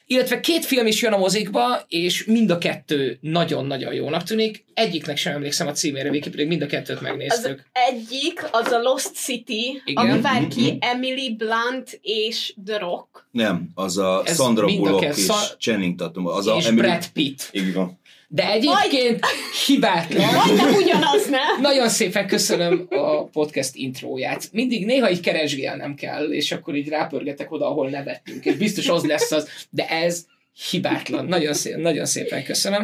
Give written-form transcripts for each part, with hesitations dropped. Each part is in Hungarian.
Illetve 2 film is jön a mozikba, és mind a 2 nagyon-nagyon jónak tűnik. Egyiknek sem emlékszem a címére, Viki, pedig mind a 2-t megnéztük. Az egyik, az a Lost City, igen. ami vár ki Emily Blunt és The Rock. Nem, az a Sandra Bullock és Channing Tatum. Az és Emily... Brad Pitt. Igen. De egyébként hibátlan. Majdnem ugyanaz, nem? Nagyon szépen köszönöm a podcast intróját. Mindig néha így keresgélnem kell, és akkor így rápörgetek oda, ahol nevettünk, és biztos az lesz az, de ez hibátlan. Nagyon szépen köszönöm.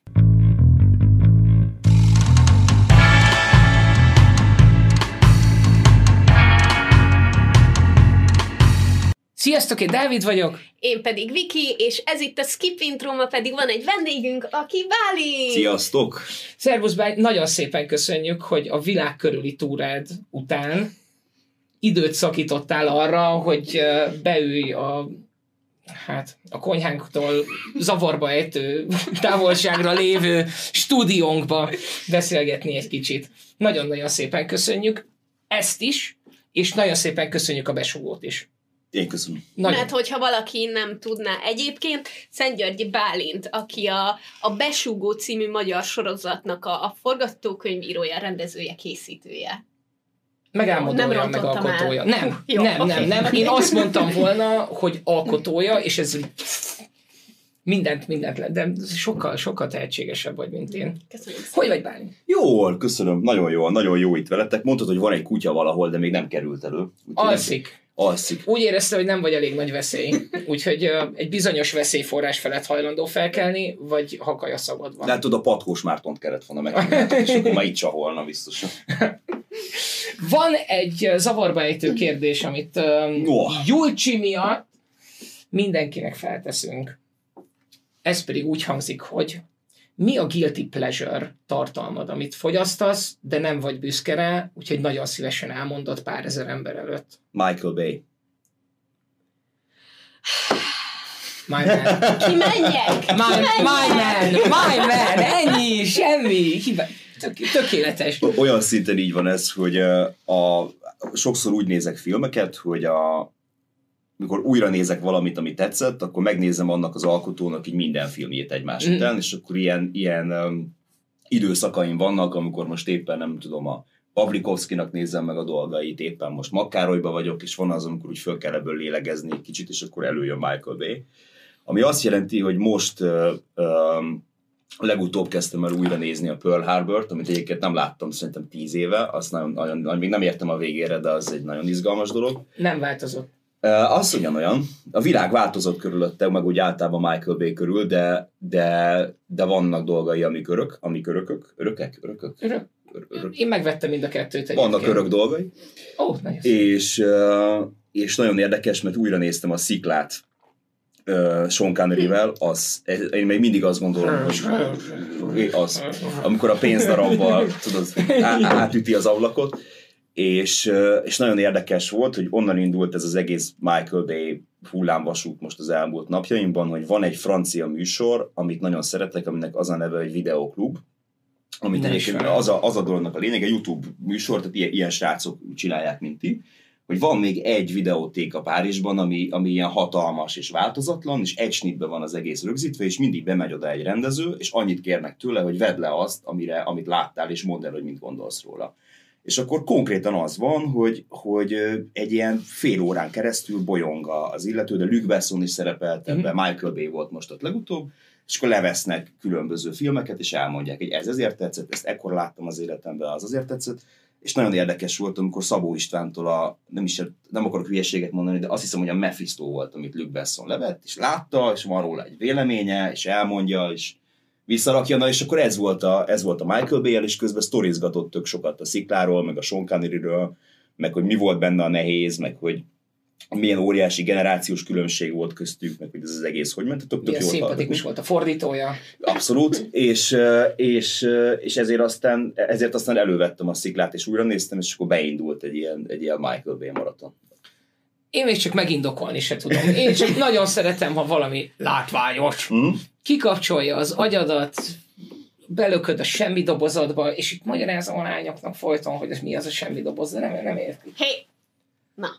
Sziasztok, én Dávid vagyok. Én pedig Viki, és ez itt a Skip Intro, ma pedig van egy vendégünk, aki Bálint. Sziasztok! Szervusz Bálint, nagyon szépen köszönjük, hogy a világ körüli túrád után időt szakítottál arra, hogy beülj a konyhánktól zavarba ejtő távolságra lévő stúdiónkba beszélgetni egy kicsit. Nagyon-nagyon szépen köszönjük ezt is, és nagyon szépen köszönjük a besugót is. Én köszönöm. Mert hogyha valaki nem tudná egyébként, Szentgyörgyi Bálint, aki a Besúgó című magyar sorozatnak a forgatókönyvírója, rendezője, készítője. Megámodója, meg alkotója. Nem. Én azt mondtam volna, hogy alkotója, és ez mindent lett, de sokkal tehetségesebb vagy, mint én. Köszönöm. Hogy vagy, Bálint? Jól, köszönöm. Nagyon jó itt veletek. Mondtad, hogy van egy kutya valahol, de még nem került elő. Alszik. Úgy érezte, hogy nem vagy elég nagy veszély. Úgyhogy egy bizonyos veszélyforrás felett hajlandó felkelni, vagy hakaja szagod van. Látod, a Patkós Mártont kellett volna megcsinálni, és akkor már itt csaholna biztosan. Van egy zavarba ejtő kérdés, amit Julcsi miatt mindenkinek felteszünk. Ez pedig úgy hangzik, hogy mi a guilty pleasure tartalmad, amit fogyasztasz, de nem vagy büszke rá, úgyhogy nagyon szívesen elmondod pár ezer ember előtt. Michael Bay. My man. Ki menjek? My man. Ennyi, semmi. Tökéletes. Olyan szinten így van ez, hogy sokszor úgy nézek filmeket, hogy mikor újra nézek valamit, ami tetszett, akkor megnézem annak az alkotónak így minden filmjét egymás után, és akkor ilyen időszakaim vannak, amikor most éppen nem tudom, a Pavlikovszkinak nézem meg a dolgait, éppen most Makkárolyba vagyok, és van az, amikor úgy föl kell ebből lélegezni egy kicsit, és akkor előjön Michael Bay. Ami azt jelenti, hogy most legutóbb kezdtem el újra nézni a Pearl Harbort, amit egyébként nem láttam szerintem 10 éve, azt nagyon, még nem értem a végére, de az egy nagyon izgalmas dolog. Nem változott. Az ugyanolyan. A világ változott körülötte, meg úgy általában Michael Bay körül, de vannak dolgai, amik örökök. Én megvettem mind a 2-t egyébként. Vannak örök dolgai. És nagyon érdekes, mert újra néztem a Sziklát Sean Connery-vel, én még mindig azt gondolom, hogy amikor a pénzdarabbal átüti az ablakot, és nagyon érdekes volt, hogy onnan indult ez az egész Michael Bay hullámvasút most az elmúlt napjaimban, hogy van egy francia műsor, amit nagyon szeretek, aminek az a neve, hogy Videoklub, amit egyébként az a dolognak a lényeg, egy YouTube műsor, tehát ilyen srácok csinálják, mint ti, hogy van még egy videótéka Párizsban, ami ilyen hatalmas és változatlan, és egy snitben van az egész rögzítve, és mindig bemegy oda egy rendező, és annyit kérnek tőle, hogy vedd le azt, amit láttál, és mondd el, hogy mit gondolsz róla. És akkor konkrétan az van, hogy egy ilyen fél órán keresztül bolyong az illető, de Luc Besson is szerepelt ebben, Michael Bay volt most ott legutóbb, és akkor levesznek különböző filmeket, és elmondják, hogy ez ezért tetszett, ezt ekkor láttam az életemben, az azért tetszett, és nagyon érdekes volt, amikor Szabó Istvántól nem akarok hülyeséget mondani, de azt hiszem, hogy a Mephisto volt, amit Luc Besson levett, és látta, és van róla egy véleménye, és elmondja, és visszarakja, na és akkor ez volt a Michael Bay-el, és közben sztorizgatott tök sokat a Szikláról, meg a Sean Conneryről, meg hogy mi volt benne a nehéz, meg hogy milyen óriási generációs különbség volt köztük, meg hogy ez az egész hogy ment. Milyen szimpatikus volt a fordítója. Abszolút, és ezért aztán elővettem a Sziklát, és újra néztem, és akkor beindult egy ilyen Michael Bay maraton. Én még csak megindokolni se tudom. Én csak nagyon szeretem, ha valami látványos. Kikapcsolja az agyadat, belököd a semmi dobozatba, és itt magyarázom a lányoknak folyton, hogy ez mi az a semmi doboz, de nem értik. Hey. Na.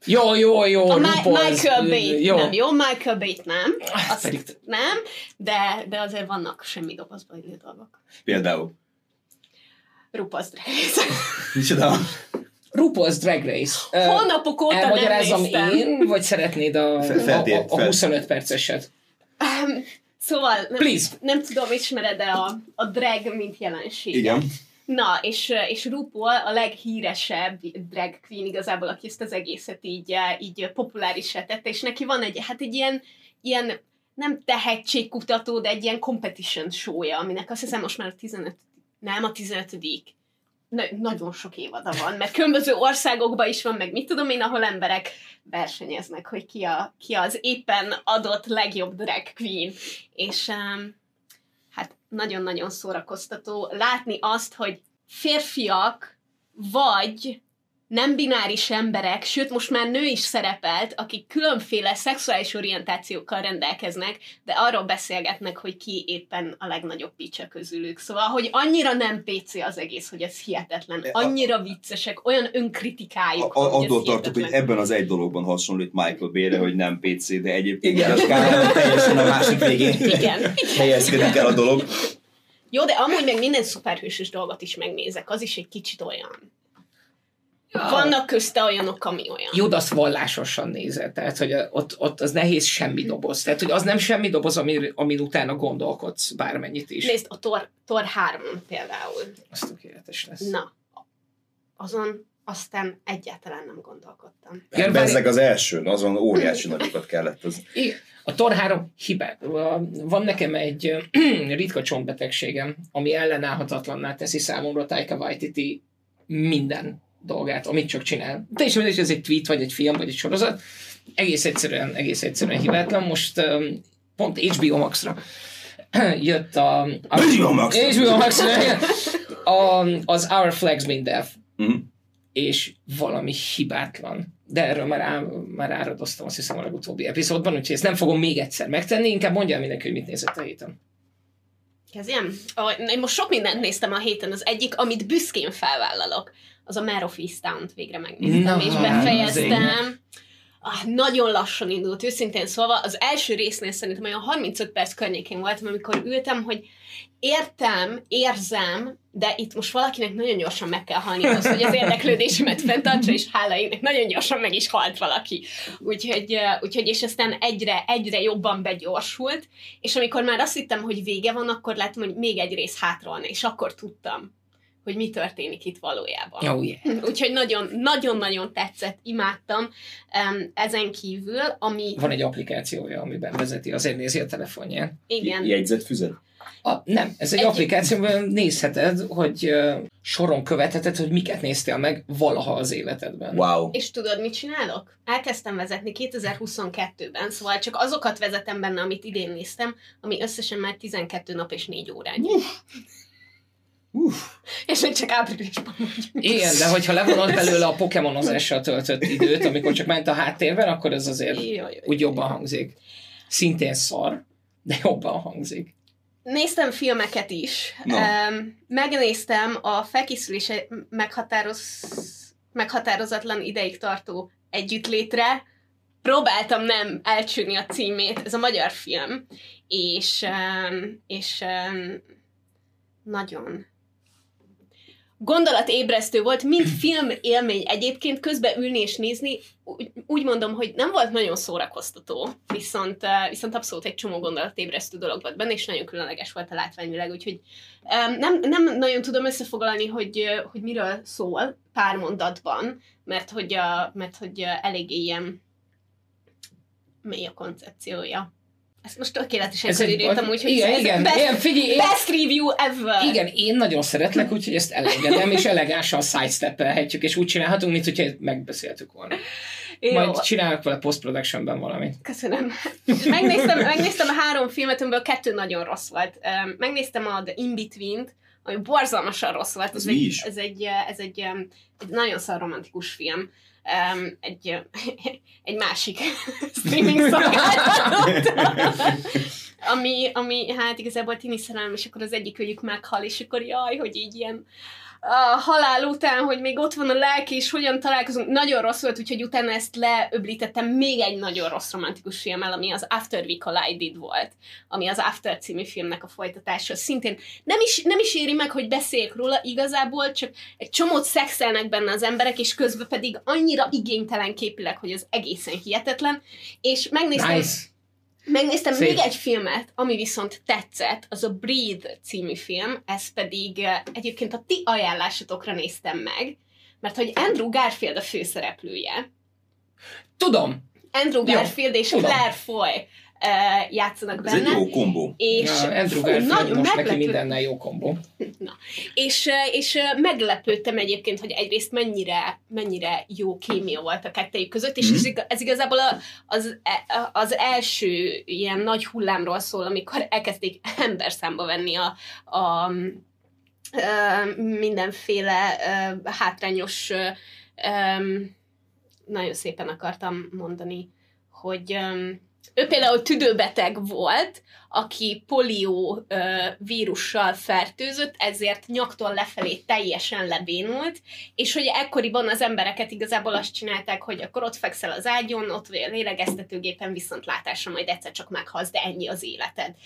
Jó, a Michael Bay jó. Nem jó, Michael Bay nem. Azt pedig... nem, de azért vannak semmi dobozban illő dolgok. Például? RuPaul's Drag Race. Micsoda? RuPaul's Drag Race. Hónapok óta nem néztem. Én, vagy szeretnéd a 25 perceset? Szóval nem tudom, ismered-e a drag, mint jelenség. Igen. Na, és RuPaul a leghíresebb drag queen igazából, aki ezt az egészet így populárisá tette, és neki van egy ilyen nem tehetségkutató, de egy ilyen competition show-ja, aminek azt hiszem most már a 15. Nagyon sok évada van, mert különböző országokban is van, meg mit tudom én, ahol emberek versenyeznek, hogy ki az éppen adott legjobb drag queen. És hát nagyon-nagyon szórakoztató látni azt, hogy férfiak vagy nem bináris emberek, sőt most már nő is szerepelt, akik különféle szexuális orientációkkal rendelkeznek, de arról beszélgetnek, hogy ki éppen a legnagyobb picsa közülük. Szóval, hogy annyira nem PC az egész, hogy ez hihetetlen. Annyira viccesek, olyan önkritikájuk, attól tartok, hogy ebben az egy dologban hasonlít Michael Bay-re, hogy nem PC, de egyébként igen, a skálán teljesen a másik végén helyezkedik el a dolog. Jó, de amúgy meg minden szuperhősös dolgot is megnézek, az is egy kicsit olyan. Vannak közte olyanok, ami olyan. Jó, de azt vallásosan nézed, tehát, hogy ott az nehéz semmi doboz. Tehát, hogy az nem semmi doboz, amin utána gondolkodsz bármennyit is. Nézd, a Thor 3 például. Az tökéletes lesz. Na, azon aztán egyáltalán nem gondolkodtam. Ezek az elsőn, azon óriási nagyokat kellett. A Thor 3 hibát. Van nekem egy ritka csontbetegségem, ami ellenállhatatlanná teszi számomra Taika Waititi minden dolgát, amit csak csinál. De is mindegy, hogy ez egy tweet, vagy egy film, vagy egy sorozat. Egész egyszerűen hibátlan. Most pont HBO Max-ra jött HBO Max-ra az Our Flags Mean Death. És valami hibátlan. De erről már áradoztam, azt hiszem a legutóbbi epizódban, úgyhogy ezt nem fogom még egyszer megtenni, inkább mondjál mindenki, hogy mit nézett a héten. Kezdjem? Én most sok mindent néztem a héten, az egyik, amit büszkén felvállalok, az a Mare of Easttown-t végre megnéztem, és befejeztem. Nagyon lassan indult, őszintén szólva. Az első résznél szerintem olyan 35 perc környékén voltam, amikor ültem, hogy érzem, de itt most valakinek nagyon gyorsan meg kell halni ahhoz, hogy az érdeklődésemet fenntartsa, és hála égnek, nagyon gyorsan meg is halt valaki. Úgyhogy és aztán egyre jobban begyorsult, és amikor már azt hittem, hogy vége van, akkor láttam, hogy még egy rész hátra van, és akkor tudtam, hogy mi történik itt valójában. Oh, yeah. Úgyhogy nagyon-nagyon tetszett, imádtam. Ezen kívül, ami... Van egy applikációja, amiben vezeti, azért nézi a telefonján. Igen. Jegyzetfüzet? Nem, ez egy applikációban nézheted, hogy soron követheted, hogy miket néztél meg valaha az életedben. Wow. És tudod, mit csinálok? Elkezdtem vezetni 2022-ben, szóval csak azokat vezetem benne, amit idén néztem, ami összesen már 12 nap és 4 órányi. És még csak áprilisban mondjuk. Igen, de hogyha levonod belőle a Pokémonozással töltött időt, amikor csak ment a háttérben, akkor ez azért úgy jobban hangzik. Szintén szar, de jobban hangzik. Néztem filmeket is. No. Megnéztem a felkészülése meghatározatlan ideig tartó együttlétre. Próbáltam nem elcsülni a címét. Ez a magyar film. És nagyon gondolatébresztő volt, mint film élmény egyébként, közben ülni és nézni, úgy mondom, hogy nem volt nagyon szórakoztató, viszont abszolút egy csomó gondolatébresztő dolog volt benne, és nagyon különleges volt a látványvilág, úgyhogy nem nagyon tudom összefoglalni, hogy miről szól pár mondatban, mert hogy eléggé ilyen mély a koncepciója. Ezt most tökéletesen körülírtam, úgyhogy igen, best review ever! Igen, én nagyon szeretlek, úgyhogy ezt elengedem, és elegánsan sidestep-elhetjük, és úgy csinálhatunk, mint hogyha megbeszéltük volna. Jó. Majd csinálok vele post-productionben valamit. Köszönöm. Megnéztem a 3 filmet, amiből 2 nagyon rossz volt. Megnéztem a The In-Between-t, ami borzalmasan rossz volt. Ez egy nagyon szar romantikus film. Egy másik streaming szolgáltatót, ami hát igazából tini szerelem, és akkor az egyik őjük meghal, és akkor jaj, hogy így ilyen a halál után, hogy még ott van a lelki, és hogyan találkozunk, nagyon rossz volt, úgyhogy utána ezt leöblítettem még egy nagyon rossz romantikus filmmel, ami az After We Collided volt, ami az After című filmnek a folytatása. Szintén nem is éri meg, hogy beszéljek róla igazából, csak egy csomót szexelnek benne az emberek, és közben pedig annyira igénytelen képileg, hogy az egészen hihetetlen, és megnéztem Szép. még egy filmet, ami viszont tetszett, az a Breathe című film, ez pedig egyébként a ti ajánlásotokra néztem meg, mert hogy Andrew Garfield a főszereplője. Tudom. Andrew Garfield és tudom. Claire Foy játszanak benne. Ez egy jó kombó. És Andrew Garfield most neki mindennel jó kombó. Na. És meglepődtem egyébként, hogy egyrészt mennyire jó kémia volt a kettejük között, és ez igazából az első ilyen nagy hullámról szól, amikor elkezdték emberszámba venni a mindenféle hátrányos, nagyon szépen akartam mondani, hogy ő például tüdőbeteg volt, aki polió vírussal fertőzött, ezért nyaktól lefelé teljesen lebénult, és hogy ekkoriban az embereket igazából azt csinálták, hogy akkor ott fekszel az ágyon, ott vagy a lélegeztetőgépen, viszont látásra majd egyszer csak meghalsz, de ennyi az életed.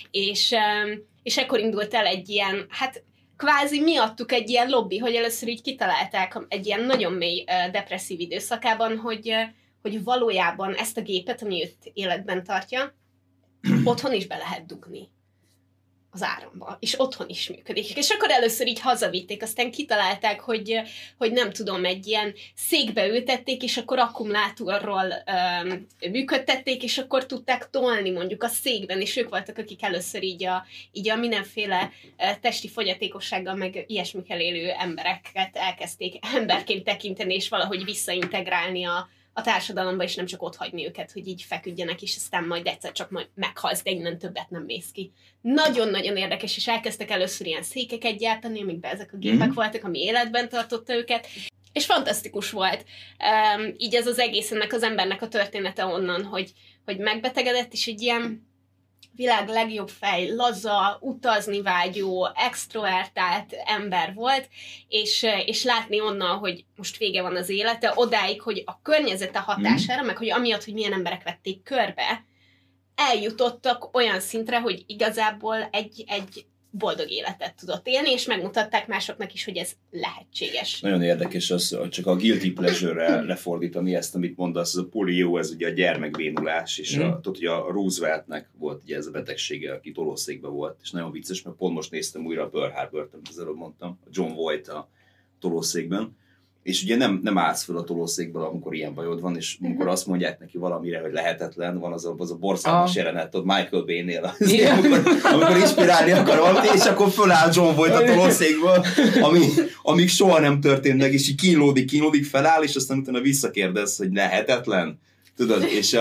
És ekkor indult el egy ilyen, hát kvázi miattuk egy ilyen lobby, hogy először így kitalálták egy ilyen nagyon mély depresszív időszakában, hogy valójában ezt a gépet, ami őt életben tartja, otthon is be lehet dugni az áramba, és otthon is működik. És akkor először így hazavitték, aztán kitalálták, hogy nem tudom, egy ilyen székbe ültették, és akkor akkumulátorról működtették, és akkor tudták tolni mondjuk a székben, és ők voltak, akik először így a mindenféle testi fogyatékossággal, meg ilyesmikkel élő embereket elkezdték emberként tekinteni, és valahogy visszaintegrálni a társadalomba, és nem csak ott hagyni őket, hogy így feküdjenek, és aztán majd egyszer csak majd meghalsz, de innen többet nem mész ki. Nagyon-nagyon érdekes, és elkezdtek először ilyen székeket gyártani, amikben ezek a gépek voltak, ami életben tartotta őket, és fantasztikus volt. Így ez az egész ennek az embernek a története onnan, hogy megbetegedett, és egy ilyen világ legjobb fej, laza, utazni vágyó, extrovertált ember volt, és látni onnan, hogy most vége van az élete, odáig, hogy a környezete hatására, meg hogy amiatt, hogy milyen emberek vették körbe, eljutottak olyan szintre, hogy igazából egy boldog életet tudott élni, és megmutatták másoknak is, hogy ez lehetséges. Nagyon érdekes az, csak a guilty pleasure-re lefordítani ezt, amit mondasz, ez a polió, ez ugye a gyermekbénulás, és tudod, hogy a Rooseveltnek volt ugye ez a betegsége, aki tolószékben volt, és nagyon vicces, mert pont most néztem újra a Pearl Harbort, amit az előbb mondtam, a John Voight a tolószékben, és ugye nem állsz fel a tolószékből, amikor ilyen bajod van, és amikor azt mondják neki valamire, hogy lehetetlen, van az a borzalmas jelenet, tudod, Michael Bay-nél, amikor inspirálni akar valamit, és akkor föláll John Voight a tolószékből, amíg soha nem történt meg, és így kínlódik, feláll, és aztán utána visszakérdez, hogy lehetetlen. Tudod, és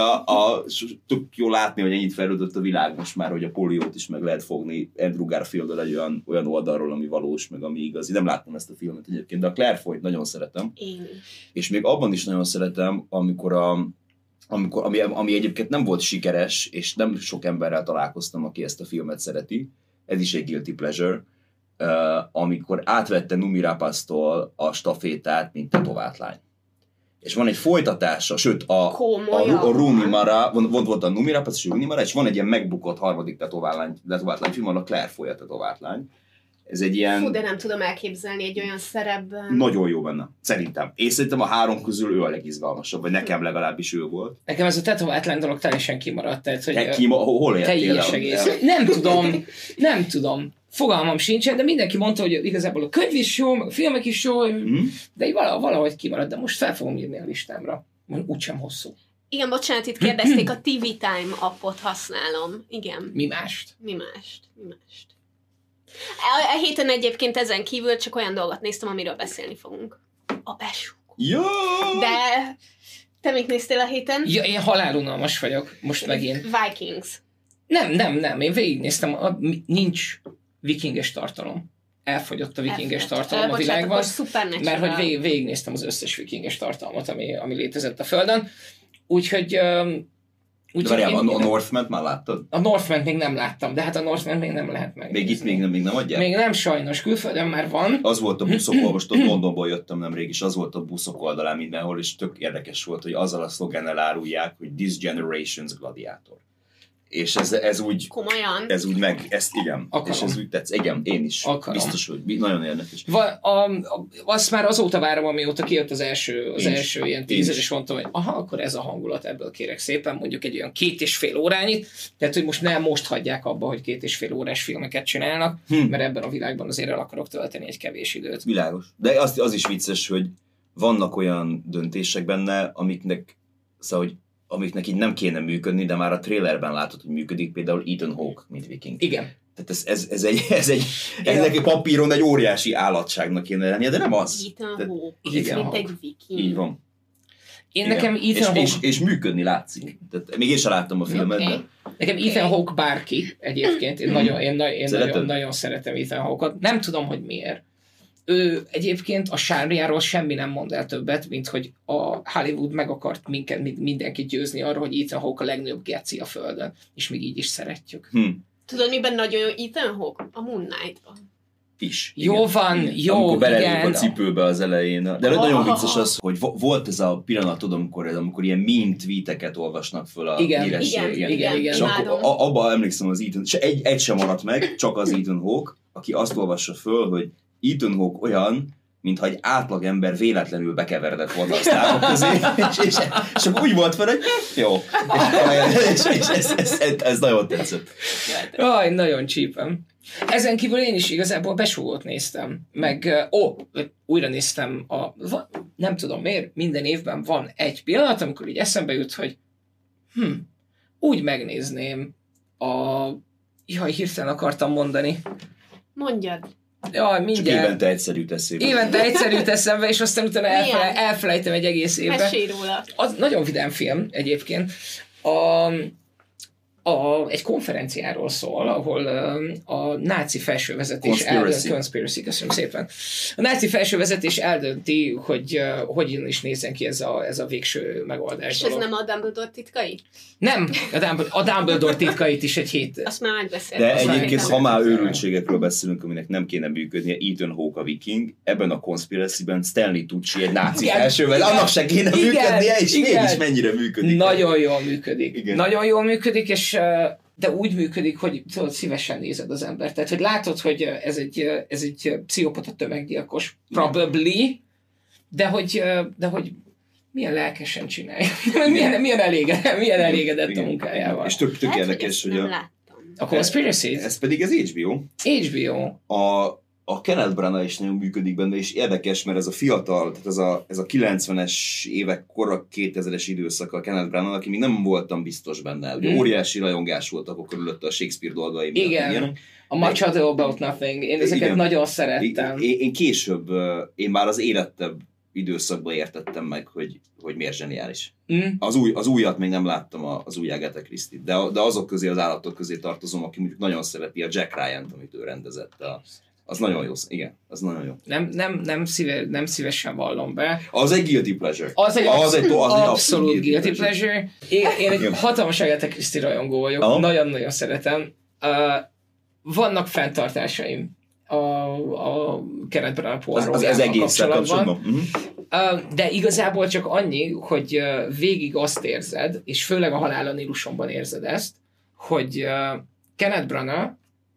tök jó látni, hogy ennyit fejlődött a világ most már, hogy a poliót is meg lehet fogni Andrew Garfield-dal egy olyan oldalról, ami valós, meg ami igazi. Nem láttam ezt a filmet egyébként, de a Claire Foyt nagyon szeretem. Én. És még abban is nagyon szeretem, ami egyébként nem volt sikeres, és nem sok emberrel találkoztam, aki ezt a filmet szereti. Ez is egy guilty pleasure. Amikor átvette Noomi Rapace-tól a stafétát, mint tetovátlány. És van egy folytatása, sőt, a Rooney Mara, volt a Noomi Rapace és a Rooney Mara, és van egy ilyen megbukott harmadik tetovátlány film, van a Claire Foy a tetovátlány. Ez egy ilyen... Fú, de nem tudom elképzelni egy olyan szerepben. Nagyon jó benne, szerintem. És szerintem a három közül ő a legizgalmasabb, vagy nekem legalábbis ő volt. Nekem ez a tetovátlány dolog teljesen kimaradt. Tehát, hogy hol értél? Nem tudom. Fogalmam sincsen, de mindenki mondta, hogy igazából a könyv is jó, meg a filmek is jó, de így valahogy kimaradt, de most fel fogom írni a listámra. Úgysem hosszú. Igen, bocsánat, itt kérdezték, a TV Time appot használom. Igen. Mi mást? Mi mást? A héten egyébként ezen kívül csak olyan dolgot néztem, amiről beszélni fogunk. A besúgó. Jó! De te mit néztél a héten? Ja, én halálunalmas vagyok, most megint. Vikings. Nem, én végignéztem, nincs vikinges tartalom. Elfogyott a vikinges tartalom a világban, mert hogy végignéztem az összes vikinges tartalmat, ami létezett a Földön. Úgyhogy De várjál, a Northman már láttad? A Northman még nem láttam, de hát a Northman még nem lehet meg. Még itt még nem adják? Még nem sajnos, külföldön már van. Az volt a buszok, most ott Londonból jöttem nemrég, és az volt a buszok oldalán mindenhol, és tök érdekes volt, hogy azzal a szlogennel árulják, hogy This Generation's Gladiator. És ez úgy... Komolyan? Ez úgy meg, ezt igen. Akarom. És ez úgy tetsz. Igen, én is. Akarom. Biztos, hogy nagyon érdekes. Azt már azóta várom, amióta kijött az első ilyen teaser, és mondtam, hogy aha, akkor ez a hangulat, ebből kérek szépen, mondjuk egy olyan 2,5 órányit, tehát hogy most nem most hagyják abba, hogy 2,5 órás filmeket csinálnak, mert ebben a világban azért el akarok tölteni egy kevés időt. Világos. De az is vicces, hogy vannak olyan döntések benne, amiknek így nem kéne működni, de már a trailerben látod, hogy működik, például Ethan Hawke, mint viking. Igen. Tehát ez egy papíron egy óriási állatságnak kéne lennie, de nem az. Ethan Hawke, mint egy viking. Így van. Nekem Ethan Hawke... És működni látszik. Tehát még én sem láttam a filmet, Okay. de... Nekem Ethan Hawke bárki egyébként. Én nagyon szeretem Ethan Hawke-ot. Nem tudom, hogy miért. Ő egyébként a sárjáról semmi nem mond el többet, mint hogy a Hollywood meg akart mindenkit győzni arra, hogy Ethan Hawke a legnagyobb geci a földön. És még így is szeretjük. Tudod, miben nagyon jó Ethan Hawke? A Moon Knight-ban. Is. Jó igen. van, jó, amikor belelép igen. a cipőbe az elején. De nagyon vicces az, hogy volt ez a pillanat, amikor ilyen meme tweeteket olvasnak föl a híres. Igen. És akkor abban emlékszem az Ethan, és egy sem maradt meg, csak az Ethan Hawke, aki azt olvassa föl, hogy Ethan Hawke olyan, mintha egy átlagember véletlenül bekeveredett volna a sztárok közé, és akkor úgy volt fel, hogy jó. És ez nagyon tetszett. Jaj, nagyon csípem. Ezen kívül én is igazából Besúgót néztem, meg újra néztem nem tudom miért, minden évben van egy pillanat, amikor így eszembe jut, hogy úgy megnézném jaj, hirtelen akartam mondani. Mondjad. Jaj, mindjárt. Csak évente egyszer jut eszébe. Évente egyszer jut eszembe, és aztán utána elfelejtem egy egész évben. Mesélj róla. Az nagyon vidám film egyébként. Egy konferenciáról szól, ahol a náci felsővezetés Conspiracy, köszönöm szépen. A náci felsővezetés eldönti, hogy hogyan is nézzen ki ez a végső megoldás. És ez nem a Dumbledore titkai? Nem, a Dumbledore titkait is egy hét. Azt már megbeszéltem. De egyébként, ha már őrültségekről beszélünk, aminek nem kéne működnie, Ethan Hawke a viking, ebben a Conspiracy-ben Stanley Tucci egy náci felsővezetés, annak se kéne működnie, és mégis mennyire működik. Nagyon jól működik. Igen. Nagyon jól működik, és de úgy működik, hogy tudod, szívesen nézed az embert. Tehát, hogy látod, hogy ez egy pszichopata tömeggyilkos, probably, de hogy milyen lelkesen csinálja. milyen elégedett a munkájával. És tök érdekes, hogy a Conspiracy. Ez pedig az HBO. HBO. A Kenneth Branagh is nagyon működik benne, és érdekes, mert ez a fiatal, tehát ez a 90-es évek korra 2000-es időszaka a Kenneth Branagh, aki még nem voltam biztos benne. Ugye óriási rajongás volt akkor körülötte a Shakespeare dolgai miatt. Igen. A Much Ado About Nothing. Én ezeket nagyon szerettem. Én később, én már az érettebb időszakban értettem meg, hogy miért zseniális. Az újat még nem láttam, az új Agatha Christie-t, de azok közé, az állatok közé tartozom, aki mondjuk nagyon szereti a Jack Ryan-t, amit ő rendezett. Az nagyon jó, igen, az nagyon jó. Nem szívesen vallom be. Az egy guilty pleasure. Az egy abszolút guilty pleasure. Én egy hatalmas Agatha Christie rajongó vagyok, nagyon-nagyon szeretem. Vannak fenntartásaim a Kenneth Branagh Poirot-jával kapcsolatban. De igazából csak annyi, hogy végig azt érzed, és főleg a Halál a Nílusomban érzed ezt, hogy Kenneth Branagh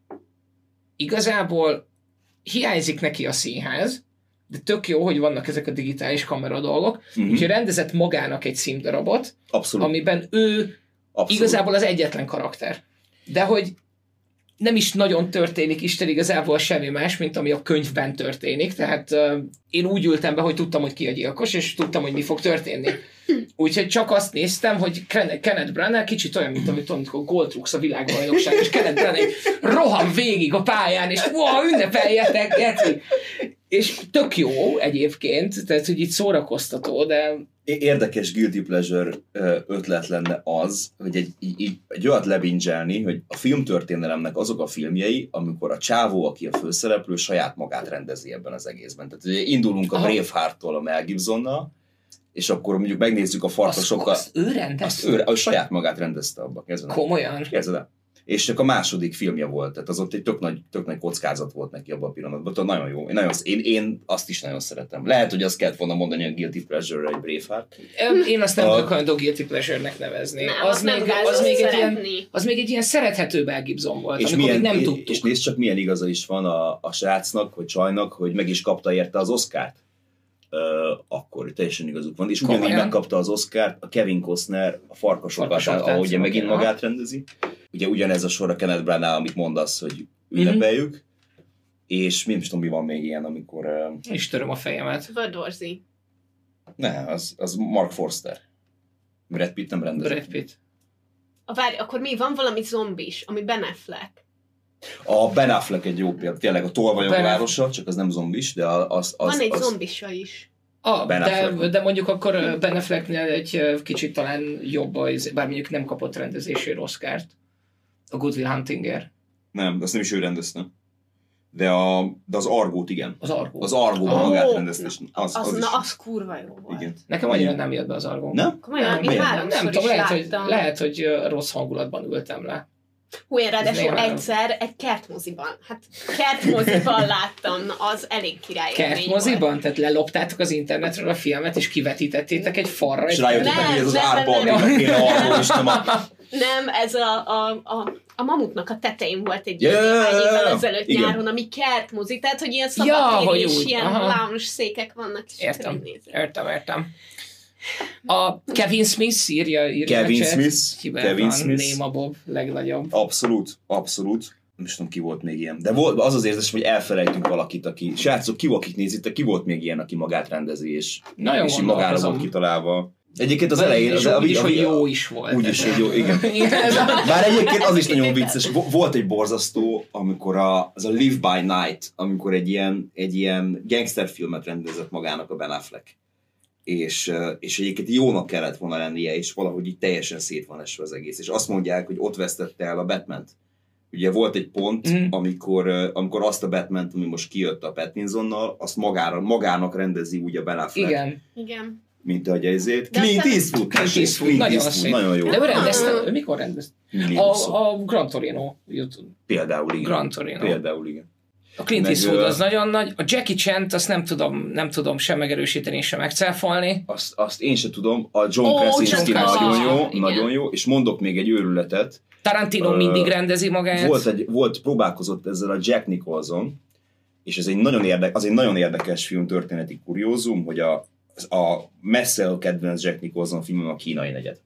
igazából hiányzik neki a színház, de tök jó, hogy vannak ezek a digitális kamera dolgok, úgyhogy rendezett magának egy színdarabot, amiben ő igazából az egyetlen karakter. De hogy nem is nagyon történik Isten igazából semmi más, mint ami a könyvben történik, tehát én úgy ültem be, hogy tudtam, hogy ki a gyilkos, és tudtam, hogy mi fog történni. Úgyhogy csak azt néztem, hogy Kenneth Branagh kicsit olyan, mint amikor Gold Rux a világbajnokság, és Kenneth Branagh rohan végig a pályán, és ünnepeljetek, geci! És tök jó egyébként, tehát hogy itt szórakoztató, de... Érdekes guilty pleasure ötlet lenne az, hogy egy olyat lebingelni, hogy a filmtörténelemnek azok a filmjei, amikor a csávó, aki a főszereplő, saját magát rendezi ebben az egészben. Tehát ugye indulunk a Braveheart-tól a Mel Gibsonnal, és akkor mondjuk megnézzük a farkasokat. Azt ő rendezte? Azt saját magát rendezte abba. Komolyan? Kezdve. És csak a második filmje volt, tehát az ott egy tök nagy kockázat volt neki abban a pillanatban. Tehát nagyon jó. Én azt is nagyon szeretem. Lehet, hogy azt kellett volna mondani a Guilty Pleasure-re egy Braveheart. Én azt nem vagyok hajlandó Guilty Pleasure-nek nevezni. Nem, az még egy ilyen szerethető Mel Gibson volt, és amikor még nem tudtuk. És nézd csak, milyen igaza is van a srácnak, vagy csajnak, hogy meg is kapta érte az Oscart. Akkor teljesen igazuk van. És ugyanígy megkapta az Oscart a Kevin Costner a Farkasokat, ahogy megint magát rendezi. Ugye ugyanez a sor a Kenneth Branagh, amit mondasz, hogy ünnepeljük. És nem tudom, mi van még ilyen, amikor... És töröm a fejemet. World War Z. Ne, az Mark Forster. Brad Pitt nem rendezett. Brad Pitt. Várj, akkor mi van valami zombis, ami Ben Affleck? A Ben Affleck egy jó példa. Tényleg a Tolvajok városa, csak az nem zombis, de az van egy zombisa is. De mondjuk akkor Ben Afflecknél egy kicsit talán jobb, bár mondjuk nem kapott rendezésért Oscart. A Good Will Huntingért. Nem, azt nem is ő rendezte. De az Argót igen. Az Argóban magát rendezte. Az kurva jó volt. Igen. Nekem annyira nem jött be az Argó. Nem? Nem tudom, lehet, hogy rossz hangulatban ültem le. Hú, én ráadásul egyszer egy kertmoziban. Kertmoziban láttam, az elég király. Kertmoziban? Tehát leloptátok az internetről a filmet, és kivetítettétek egy falra. És rájöttek, hogy ez az árbalminak kéne arról is, nem, ez a Mamutnak a tetején volt egy évvel ezelőtt nyáron, ami kertmozi, tehát, hogy ilyen szabadtéri és ilyen lounge székek vannak. Értem. A Kevin Smith írja Kevin Smith. Néma Bob, legnagyobb. Abszolút. Nem tudom, ki volt még ilyen. De volt az érzés, hogy elfelejtünk valakit, aki... Srácok, akik nézitek, ki volt még ilyen, aki magát rendezi, és magára volt kitalálva. Egyébként az elején... Úgyis, hogy jó is volt. Úgyis, hogy jó, igen. Bár egyébként az is nagyon vicces. Volt egy borzasztó, amikor az a Live by Night, amikor egy ilyen gangsterfilmet rendezett magának a Ben Affleck. És egyébként jónak kellett volna lennie, és valahogy így teljesen szét van esve az egész. És azt mondják, hogy ott vesztette el a Batman-t. Ugye volt egy pont, amikor azt a Batman-t, ami most kijött a Pattinsonnal, azt magának rendezi úgy a Ben Affleck. Igen. Mint ahogy ezért. Clint Eastwood. Nagyon jó. De ő rendezte, mikor rendezte? A Gran Torino. Például igen. A Clint Eastwood az nagyon nagy. A Jackie Chan-t azt nem tudom sem megerősíteni, sem megcáfolni. Azt én sem tudom. A John Krasinski nagyon jó. És mondok még egy őrületet. Tarantino mindig rendezi magát. Próbálkozott ezzel a Jack Nicholson, és ez egy nagyon érdekes film, történeti kuriózum, hogy a messze a kedvenc Jack Nicholson film a Kínai negyed.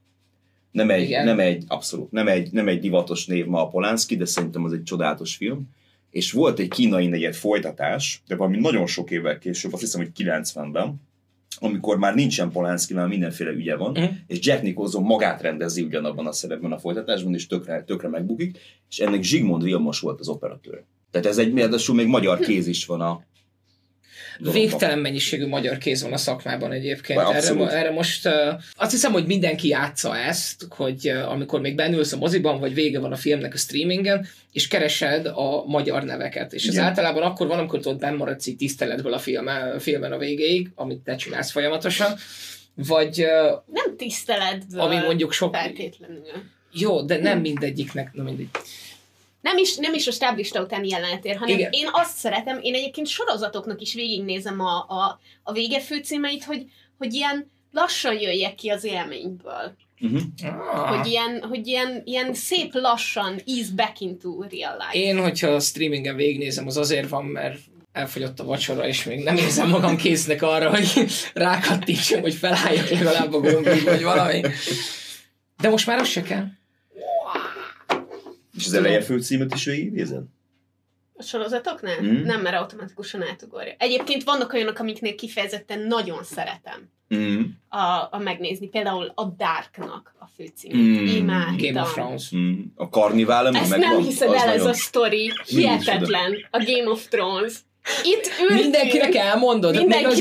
Nem egy divatos név ma a Polanski, de szerintem az egy csodálatos film. És volt egy Kínai negyed folytatás, de valami nagyon sok évvel később, azt hiszem, hogy 90-ben, amikor már nincsen Polanski, mert mindenféle ügye van, és Jack Nicholson magát rendezi ugyanabban a szerepben a folytatásban, és tökre megbukik, és ennek Zsigmond Vilmos volt az operatőr. Tehát ez egy még magyar kéz is van a Végtelen mennyiségű magyar kéz van a szakmában egyébként. Erre most azt hiszem, hogy mindenki játsza ezt, hogy amikor még bennülsz a moziban, vagy vége van a filmnek a streamingen, és keresed a magyar neveket. És ez általában akkor van, amikor tudod bennmaradsz így tiszteletből a filmen a végéig, amit te csinálsz folyamatosan, vagy... Nem tiszteletből. Ami mondjuk sok... Feltétlenül. Jó, de nem mindegyiknek, mindegy. Nem is a stáblista utáni jelenetér, hanem igen. Én azt szeretem, én egyébként sorozatoknak is végignézem a vége főcímeit, hogy ilyen lassan jöjjek ki az élményből. Hogy ilyen szép lassan ease back into real life. Én, hogyha a streamingen végignézem, az azért van, mert elfogyott a vacsora, és még nem érzem magam késznek arra, hogy rákattintsam, hogy felálljak legalább a gombig, vagy valami. De most már az se kell. És az eleje főcímet is végignézed? A sorozatoknál? Nem, mert automatikusan átugorja. Egyébként vannak olyanok, amiknél kifejezetten nagyon szeretem a megnézni. Például a Darknak a főcímét. Imádtam. Game of Thrones. A Carnival ezt megvan? Nem hiszed el, ez a sztori. Hihetetlen. A Game of Thrones. Itt ültünk. Mindenkinek elmondod.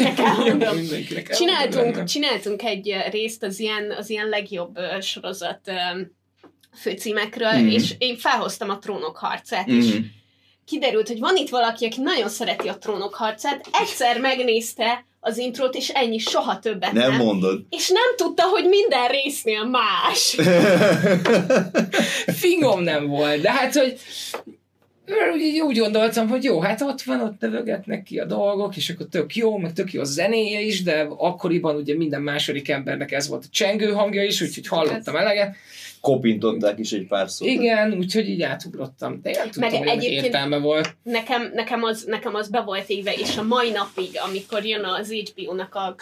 Csináltunk egy részt az ilyen legjobb sorozat főcímekről, és én felhoztam a Trónok harcát, és kiderült, hogy van itt valaki, aki nagyon szereti a Trónok harcát, egyszer megnézte az intrót, és ennyi, soha többet nem mondod. És nem tudta, hogy minden résznél más. Fingom nem volt, de hát, hogy úgy gondoltam, hogy jó, hát ott van, ott növögetnek ki a dolgok, és akkor tök jó, meg tök jó a zenéje is, de akkoriban ugye minden második embernek ez volt a csengő hangja is, úgyhogy hallottam eleget. Kopintották is egy pár szót. Igen, úgyhogy így átugrottam, de nem tudtam, hogy értelme volt. Nekem az be volt éve, és a mai napig, amikor jön az HBO-nak a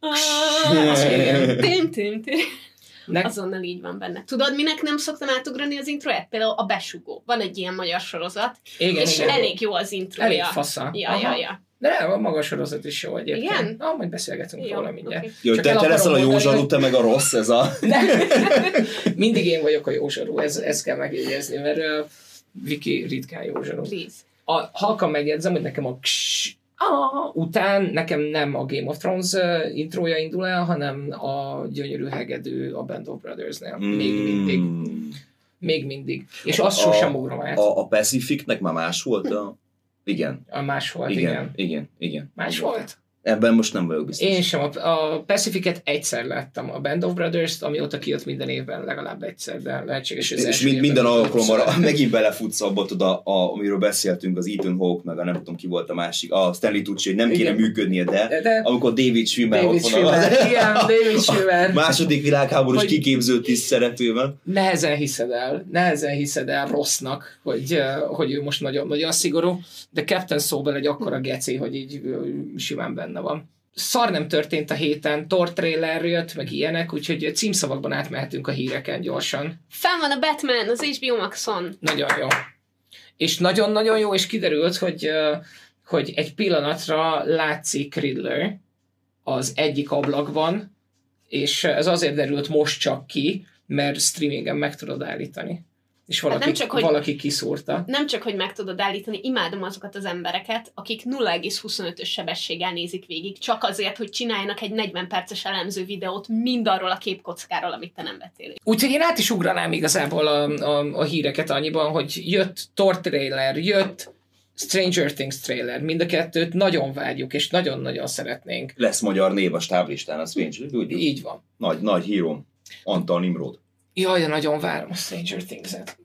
azonnal így van benne. Tudod, minek nem szoktam átugrani az introját? Például a Besugó. Van egy ilyen magyar sorozat, igen, és igen. elég jó az introja. Elég fasza. Ja. De nem, a maga sorozat is jó egyébként. Igen? Majd beszélgetünk róla mindjárt. Okay. Jó, te leszel a jó zsaru, te meg a rossz, ez a... Mindig én vagyok a jó zsaru, ezt kell megjegyezni, mert Viki ritkán jó zsaru. Halkan megjegyzem, hogy nekem a után nekem nem a Game of Thrones intrója indul el, hanem a gyönyörű hegedű a Band of Brothersnél. Még mindig. És azt sosem ugrom át. A Pacificnek már más volt a... Igen. A más volt, igen. Más volt? Ebben most nem vagyok biztos. Én sem. A Pacificet egyszer láttam. A Band of Brothers-t, amióta kijött minden évben legalább egyszer, de lehetséges, hogy és minden alkalommal megint belefutsz abba, amiről beszéltünk, az Ethan Hawke, meg a nem tudom ki volt a másik, a Stanley Tucci, hogy nem kéne működnie, de amikor David Schwimmer ott van. David Schwimmer. Második világháborús kiképző tiszt szerepében. Nehezen hiszed el rossznak, hogy ő most nagyon szigorú, de Captain Sobel egy akkora geci, hogy így simán benne van. Szar nem történt a héten, Thor trailer jött, meg ilyenek, úgyhogy címszavakban átmehetünk a híreken gyorsan. Fenn van a Batman az HBO Maxon. Nagyon jó. És nagyon-nagyon jó, és kiderült, hogy egy pillanatra látszik Riddler az egyik ablakban, és ez azért derült most csak ki, mert streamingen meg tudod állítani. És valaki kiszúrta. Nem csak, hogy meg tudod állítani, imádom azokat az embereket, akik 0,25-ös sebességgel nézik végig, csak azért, hogy csináljanak egy 40 perces elemző videót mindarról a képkockáról, amit te nem vettél. Úgyhogy én át is ugranám igazából a híreket annyiban, hogy jött Thor trailer, jött Stranger Things trailer, mind a kettőt nagyon várjuk, és nagyon-nagyon szeretnénk. Lesz magyar név a stáblistán, a Stranger Things. Így van. Nagy hírom. Antal Nimrod. Jaj, nagyon várom a Stranger Things-et.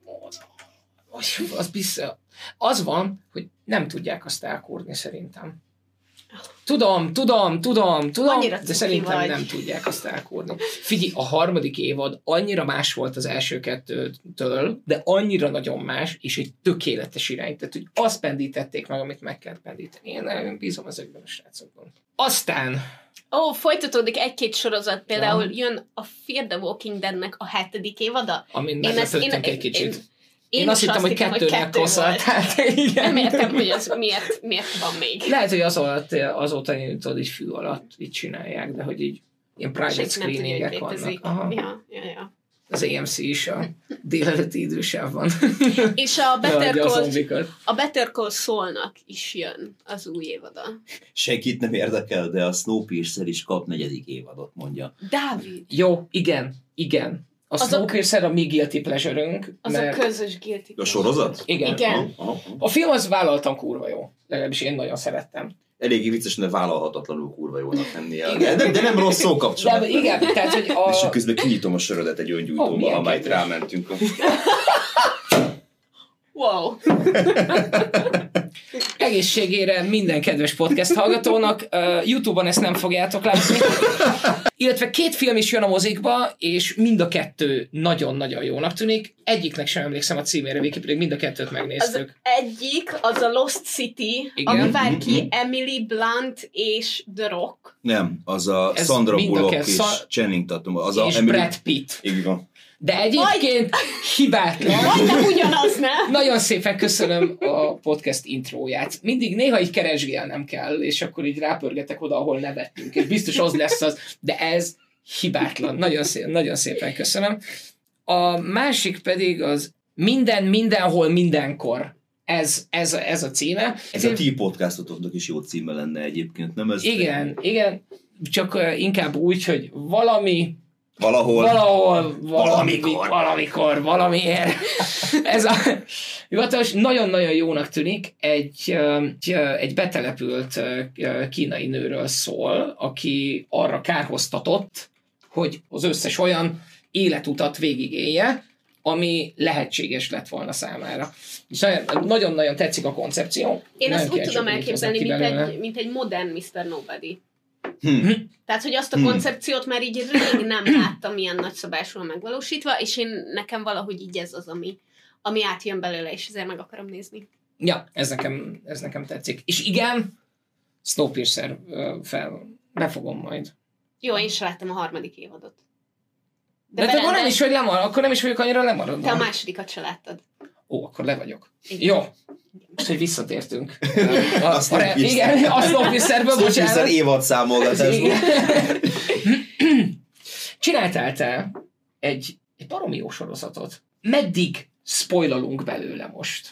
Az van, hogy nem tudják azt elkúrni szerintem. Tudom, de szerintem nem tudják azt elkúrni. Figyelj, a harmadik évad annyira más volt az első kettőtől, de annyira nagyon más, és egy tökéletes irány. Tehát, hogy azt pendítették meg, amit meg kell pendíteni. Én nagyon bízom ezekben a srácokban. Aztán... folytatódik egy-két sorozat, például jön a Fear the Walking Deadnek a 7. évada. Amin meglepődtünk egy kicsit. Én azt hittem, hogy kettőnek koszalt. Nem értem, hogy az miért van még. Lehet, hogy azóta én tudod, így fű alatt így csinálják, de hogy így ilyen private screeningek vannak. Ja. Az AMC is a délelőtti idősávban. És a Better Call Saul-nak is jön az új évada. Senkit nem érdekel, de a Snowpiercer is kap 4. évadot, mondja. Dávid! Jó, igen. A Snowpiercer a mi guilty pleasure-ünk. Az a közös guilty pleasure. A sorozat? Igen. A film az vállaltan kurva jó. Legalábbis én nagyon szerettem. Eléggé vicces, de vállalhatatlanul kurva jónak lennie. De nem rossz szó kapcsolat. Igen, tehát, hogy És közben kinyitom a sörödet egy öngyújtóba, amelyet rámentünk. Wow. Egészségére minden kedves podcast hallgatónak. YouTube-on ezt nem fogjátok látni. Illetve 2 film is jön a mozikba, és mind a 2 nagyon-nagyon jónak tűnik. Egyiknek sem emlékszem a címére, Viki, pedig mind a 2-t megnéztük. Az egyik, az a Lost City, ami vár ki Emily Blunt és The Rock. Nem, az a Sandra Bullock és Channing Tatum. És Brad Pitt. Igen. De egyébként hibátlan. Majdnem ugyanaz, nem? Nagyon szépen köszönöm a podcast intróját. Mindig néha így keresgélnem kell, és akkor így rápörgetek oda, ahol nevettünk, és biztos az lesz az, de ez hibátlan. Nagyon szépen köszönöm. A másik pedig az mindenhol, mindenkor. Ez a címe. Ez a ti podcastotoknak is jó címe lenne egyébként, nem? Igen, csak inkább úgy, hogy valami Valamikor, valamiért. Ez a hivatalos nagyon-nagyon jónak tűnik, egy betelepült kínai nőről szól, aki arra kárhoztatott, hogy az összes olyan életutat végigélje, ami lehetséges lett volna számára. És nagyon-nagyon tetszik a koncepció. Én azt úgy tudom elképzelni, mint egy modern Mr. Nobody. Tehát, hogy azt a koncepciót már így rég nem láttam ilyen nagyszabásúan megvalósítva, és nekem valahogy így ez az, ami átjön belőle, és ezért meg akarom nézni. Ja, ez nekem tetszik. És igen, Snowpiercer befogom majd. Jó, én sem láttam a 3. évadot. De akkor nem is, hogy akkor nem is vagyok annyira lemaradva. Te a 2. se láttad. Ó, akkor le vagyok. Igen. Jó. Most, hogy visszatértünk. Igen, a Snowpiercerből, bocsánat. Snowpiercer évadszámolgatásból. Csináltál te egy baromi jó sorozatot. Meddig spoilalunk belőle most?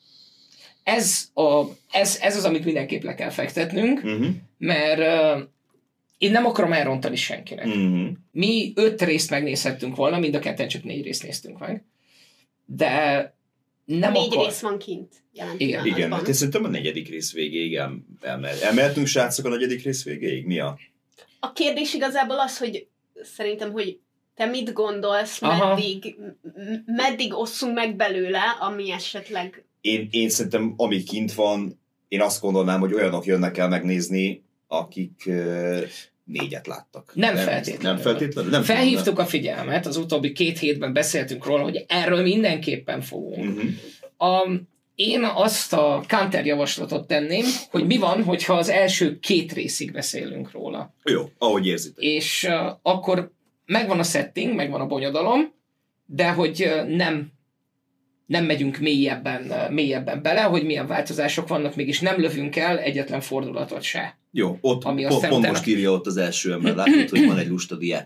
Ez az, amit mindenképp le kell fektetnünk, mert én nem akarom elrontani senkinek. Mi 5 részt megnézhettünk volna, mind a ketten csak 4 részt néztünk meg. De nem 4 rész van kint. Igen, hát én szerintem a 4. rész végéig emeltünk, srácok, a 4. rész végéig? Mi a? A kérdés igazából az, hogy szerintem, hogy te mit gondolsz, meddig osszunk meg belőle, ami esetleg... Én szerintem, ami kint van, én azt gondolnám, hogy olyanok jönnek el megnézni, akik 4-et láttak. Nem feltétlenül. Nem felhívtuk a figyelmet, az utóbbi 2 hétben beszéltünk róla, hogy erről mindenképpen fogunk. Én azt a counter javaslatot tenném, hogy mi van, hogyha az első 2 részig beszélünk róla. Jó, ahogy érzitek. És akkor megvan a setting, megvan a bonyodalom, de hogy nem megyünk mélyebben bele, hogy milyen változások vannak, mégis nem lövünk el egyetlen fordulatot se. Jó, ott pont most írja ott az első ember, látod, hogy van egy lusta diák.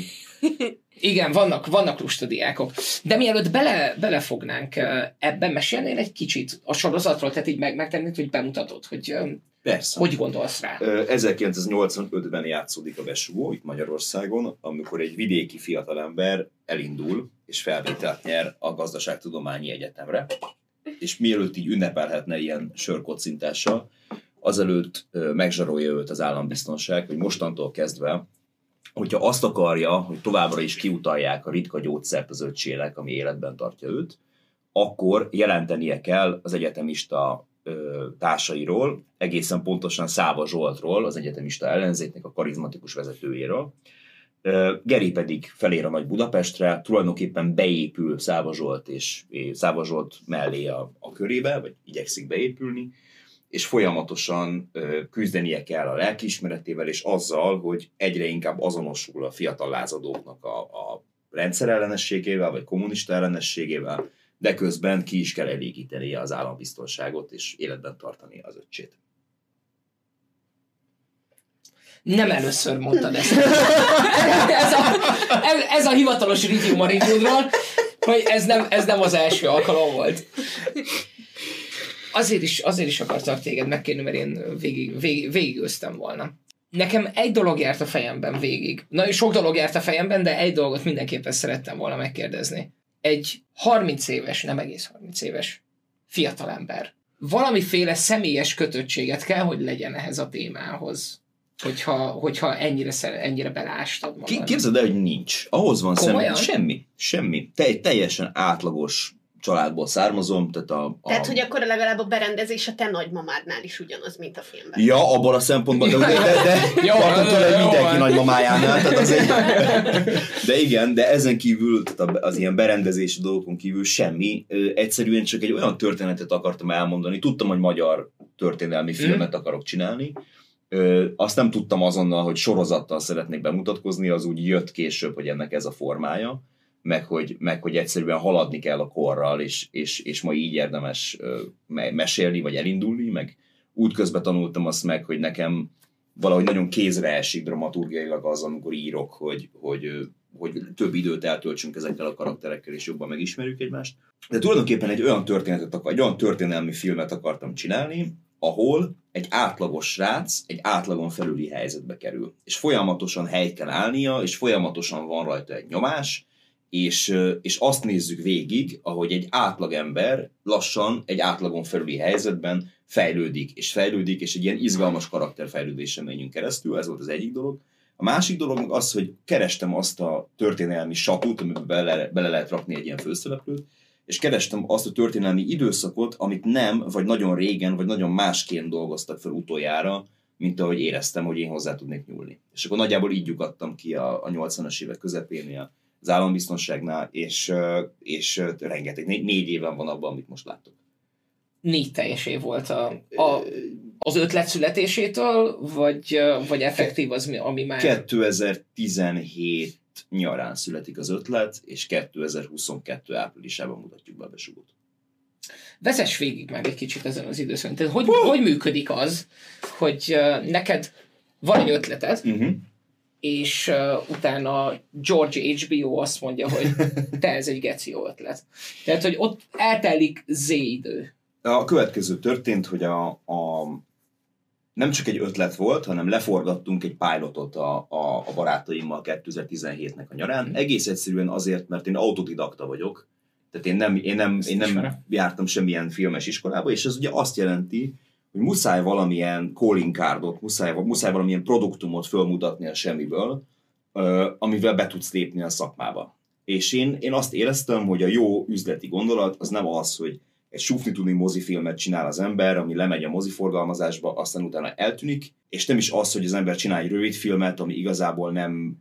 Igen, vannak lusta diákok. De mielőtt belefognánk ebben, mesélnél egy kicsit a sorozatról, tehát így megtennéd, hogy bemutatod, hogy persze. Hogy gondolsz rá? 1985-ben játszódik a Besugó, itt Magyarországon, amikor egy vidéki fiatalember elindul, és felvételt nyer a Gazdaságtudományi Egyetemre, és mielőtt így ünnepelhetne ilyen sörkocintással, azelőtt megzsarolja őt az állambiztonság, hogy mostantól kezdve, hogyha azt akarja, hogy továbbra is kiutalják a ritka gyógyszert az öccsének, ami életben tartja őt, akkor jelentenie kell az egyetemista társairól, egészen pontosan Száva Zsoltról, az egyetemista ellenzéknek a karizmatikus vezetőjéről. Geri pedig felér a Nagy Budapestre, tulajdonképpen beépül Száva Zsolt és Száva Zsolt mellé a körébe, vagy igyekszik beépülni, és folyamatosan küzdenie kell a lelkiismeretével, és azzal, hogy egyre inkább azonosul a fiatal lázadóknak a rendszerellenességével, vagy kommunista ellenességével, de közben ki is kell elégítenie az állambiztonságot, és életben tartani az öccsét. Nem először mondtad ezt. ez a hivatalos review Maringudról, hogy ez nem az első alkalom volt. Azért is akartak téged megkérni, mert én végigőztem volna. Nekem egy dolog járt a fejemben végig. Nagyon sok dolog járt a fejemben, de egy dolgot mindenképpen szerettem volna megkérdezni. Egy 30 éves, nem egész 30 éves fiatalember valamiféle személyes kötöttséget kell, hogy legyen ehhez a témához, hogyha ennyire beleástad magad. Képzeld el, hogy nincs. Ahhoz van semmi. Te egy teljesen átlagos családból származom, Tehát, hogy akkor legalább a berendezés a te nagymamádnál is ugyanaz, mint a filmben. Ja, abban a szempontban, de mindenki nagymamájánál, tehát azért. De igen, de ezen kívül, tehát az ilyen berendezési dolgokon kívül semmi. Egyszerűen csak egy olyan történetet akartam elmondani. Tudtam, hogy magyar történelmi filmet akarok csinálni. Azt nem tudtam azonnal, hogy sorozattal szeretnék bemutatkozni, az úgy jött később, hogy ennek ez a formája. Meg hogy egyszerűen haladni kell a korral, és ma így érdemes mesélni, vagy elindulni, meg útközben tanultam azt meg, hogy nekem valahogy nagyon kézre esik dramaturgiailag az, amikor írok, hogy több időt eltöltsünk ezekkel a karakterekkel, és jobban megismerjük egymást. De tulajdonképpen egy olyan történetet, egy olyan történelmi filmet akartam csinálni, ahol egy átlagos srác egy átlagon felüli helyzetbe kerül. És folyamatosan helyt kell állnia, és folyamatosan van rajta egy nyomás, és azt nézzük végig, ahogy egy átlagember lassan egy átlagon felüli helyzetben fejlődik, és egy ilyen izgalmas karakterfejlődésen menjünk keresztül, ez volt az egyik dolog. A másik dolog az, hogy kerestem azt a történelmi satút, amiben bele lehet rakni egy ilyen főszereplőt, és kerestem azt a történelmi időszakot, amit nem, vagy nagyon régen, vagy nagyon másként dolgoztak fel utoljára, mint ahogy éreztem, hogy én hozzá tudnék nyúlni. És akkor nagyjából így lyukadtam ki a 80-as évek közepénél, az állambiztonságnál, és rengeteg, 4 éven van abban, amit most látok. 4 teljes év volt az ötlet születésétől, vagy effektív az, ami már... 2017 nyarán születik az ötlet, és 2022 áprilisában mutatjuk be a besugót. Vezess végig már egy kicsit ezen az időszakon. Tehát hogy működik az, hogy neked van egy ötleted, és utána George HBO azt mondja, hogy te, ez egy geci jó ötlet. Tehát, hogy ott eltelik idő. A következő történt, hogy nem csak egy ötlet volt, hanem leforgattunk egy pilotot a barátaimmal 2017-nek a nyarán. Egész egyszerűen azért, mert én autodidakta vagyok. Tehát én nem jártam semmilyen filmes iskolába, és ez ugye azt jelenti, hogy muszáj valamilyen calling cardot, muszáj valamilyen produktumot fölmutatni a semmiből, amivel be tudsz lépni a szakmába. És én azt éreztem, hogy a jó üzleti gondolat az nem az, hogy egy sufni tudni mozifilmet csinál az ember, ami lemegy a moziforgalmazásba, aztán utána eltűnik, és nem is az, hogy az ember csinál egy rövid filmet, ami igazából nem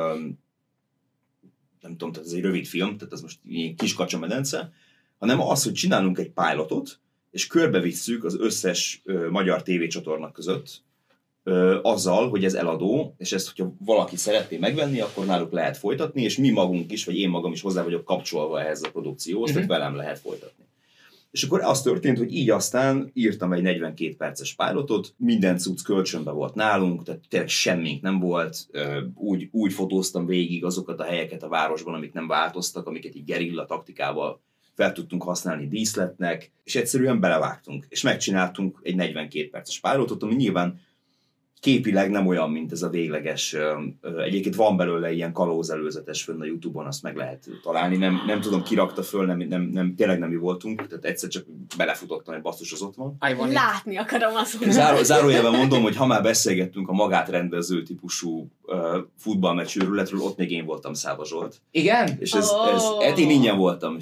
tudom, tehát ez egy rövid film, tehát ez most egy kis kacsamedence, hanem az, hogy csinálunk egy pilotot, és körbevisszük az összes magyar tévécsatorna között azzal, hogy ez eladó, és ezt, hogyha valaki szeretné megvenni, akkor náluk lehet folytatni, és mi magunk is, vagy én magam is hozzá vagyok kapcsolva ehhez a produkcióhoz, tehát velem lehet folytatni. És akkor az történt, hogy így aztán írtam egy 42 perces pilotot, minden cucc kölcsönbe volt nálunk, tehát tényleg semmink nem volt, úgy fotóztam végig azokat a helyeket a városban, amik nem változtak, amiket így gerilla taktikával fel tudtunk használni díszletnek, és egyszerűen belevágtunk, és megcsináltunk egy 42 perces pilotot, ami nyilván képileg nem olyan, mint ez a végleges, egyébként van belőle ilyen kalóz előzetes fönn a YouTube-on, azt meg lehet találni, nem tudom, ki rakta föl, tényleg nem mi voltunk, tehát egyszer csak belefutottam, hogy basszus, az ott van. Látni akarom azt. Zárójelben mondom, hogy ha már beszélgettünk a magát rendező típusú futballmeccs őrületről, ott még én voltam Száva Zsolt. Igen? És én ingyen voltam,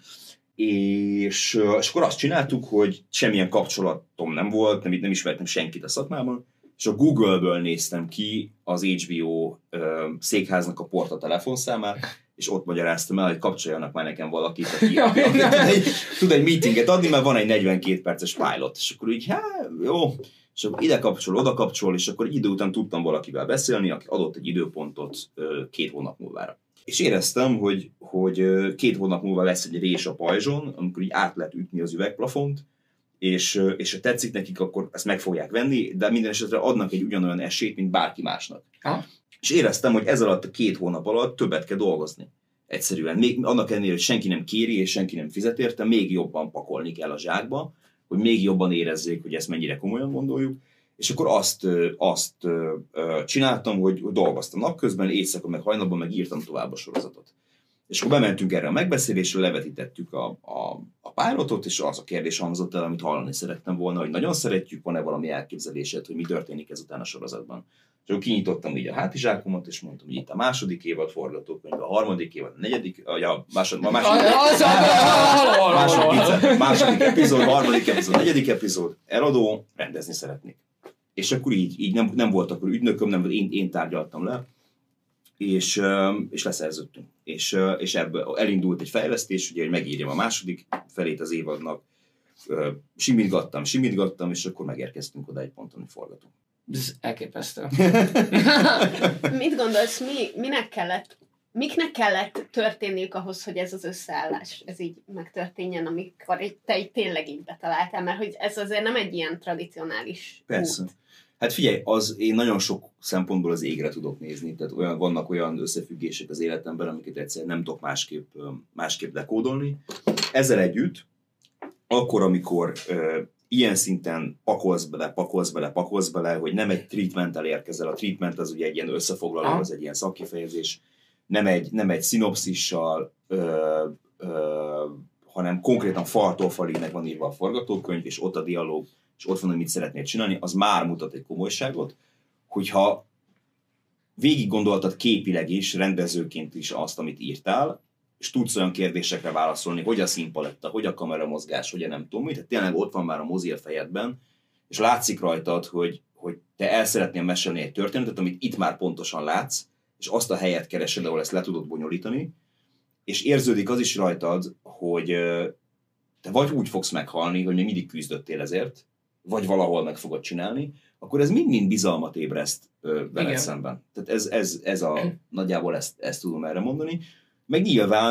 és akkor azt csináltuk, hogy semmilyen kapcsolatom nem volt, nem ismertem senkit a szakmában, és a Google-ből néztem ki az HBO székháznak a porta telefonszámát, és ott magyaráztam el, hogy kapcsoljanak már nekem valakit, aki tud egy meetinget adni, mert van egy 42 perces pilot. És akkor így, jó, és akkor ide kapcsol, oda kapcsol, és akkor idő után tudtam valakivel beszélni, aki adott egy időpontot 2 hónap múlvára. És éreztem, hogy 2 hónap múlva lesz egy rés a pajzson, amikor így át lehet ütni az üvegplafont, és ha tetszik nekik, akkor ezt meg fogják venni, de minden esetre adnak egy ugyanolyan esélyt, mint bárki másnak. Ha? És éreztem, hogy ez alatt a 2 hónap alatt többet kell dolgozni. Egyszerűen. Még annak ellenére, hogy senki nem kéri, és senki nem fizet érte, még jobban pakolni kell a zsákba, hogy még jobban érezzék, hogy ezt mennyire komolyan gondoljuk. És akkor azt csináltam, hogy dolgoztam napközben, éjszaka meg hajnalban, meg írtam tovább a sorozatot. És akkor bementünk erre a megbeszélésre, levetítettük a pilotot, és az a kérdés hangzott el, amit hallani szerettem volna, hogy nagyon szeretjük, van-e valami elképzelésed, hogy mi történik ezután a sorozatban. És akkor kinyitottam így a hátizsákomat, és mondtam, hogy itt a második évad forgatókönyv, a harmadik évad, a negyedik, második epizód, harmadik epizód, negyedik epizód, eladó, rendezni szeretnék. És akkor így nem volt akkor ügynököm, én tárgyaltam le, és leszerződtünk. És ebből elindult egy fejlesztés, ugye, hogy megírjam a második felét az évadnak, simítgattam, és akkor megérkeztünk oda egy ponton, hogy forgatunk. Ez elképesztő. Mit gondolsz, miknek kellett történniük ahhoz, hogy ez az összeállás, ez így megtörténjen, amikor te így tényleg így betaláltál, mert hogy ez azért nem egy ilyen tradicionális Persze. út. Hát figyelj, én nagyon sok szempontból az égre tudok nézni, tehát vannak olyan összefüggések az életemben, amiket egyszerűen nem tudok másképp dekódolni. Ezzel együtt, akkor, amikor ilyen szinten pakolsz bele, hogy nem egy treatmenttel érkezel. A treatment az ugye egy ilyen összefoglaló, az egy ilyen szakkifejezés, nem egy szinopszissal, hanem konkrétan fartól falig meg van írva a forgatókönyv, és ott a dialóg, és ott van, hogy mit szeretnél csinálni, az már mutat egy komolyságot, hogyha végig gondoltad képileg is, rendezőként is azt, amit írtál, és tudsz olyan kérdésekre válaszolni, hogy a színpaletta, hogy a kameramozgás, hogy nem tudom mit, tehát tényleg ott van már a mozi a fejedben, és látszik rajtad, hogy te el szeretnél mesélni egy történetet, amit itt már pontosan látsz, és azt a helyet keresed, ahol ezt le tudod bonyolítani, és érződik az is rajtad, hogy te vagy úgy fogsz meghalni, hogy még mindig küzdöttél ezért, vagy valahol meg fogod csinálni, akkor ez mind-mind bizalmat ébreszt veled szemben. Tehát ez nagyjából ezt tudom erre mondani. Meg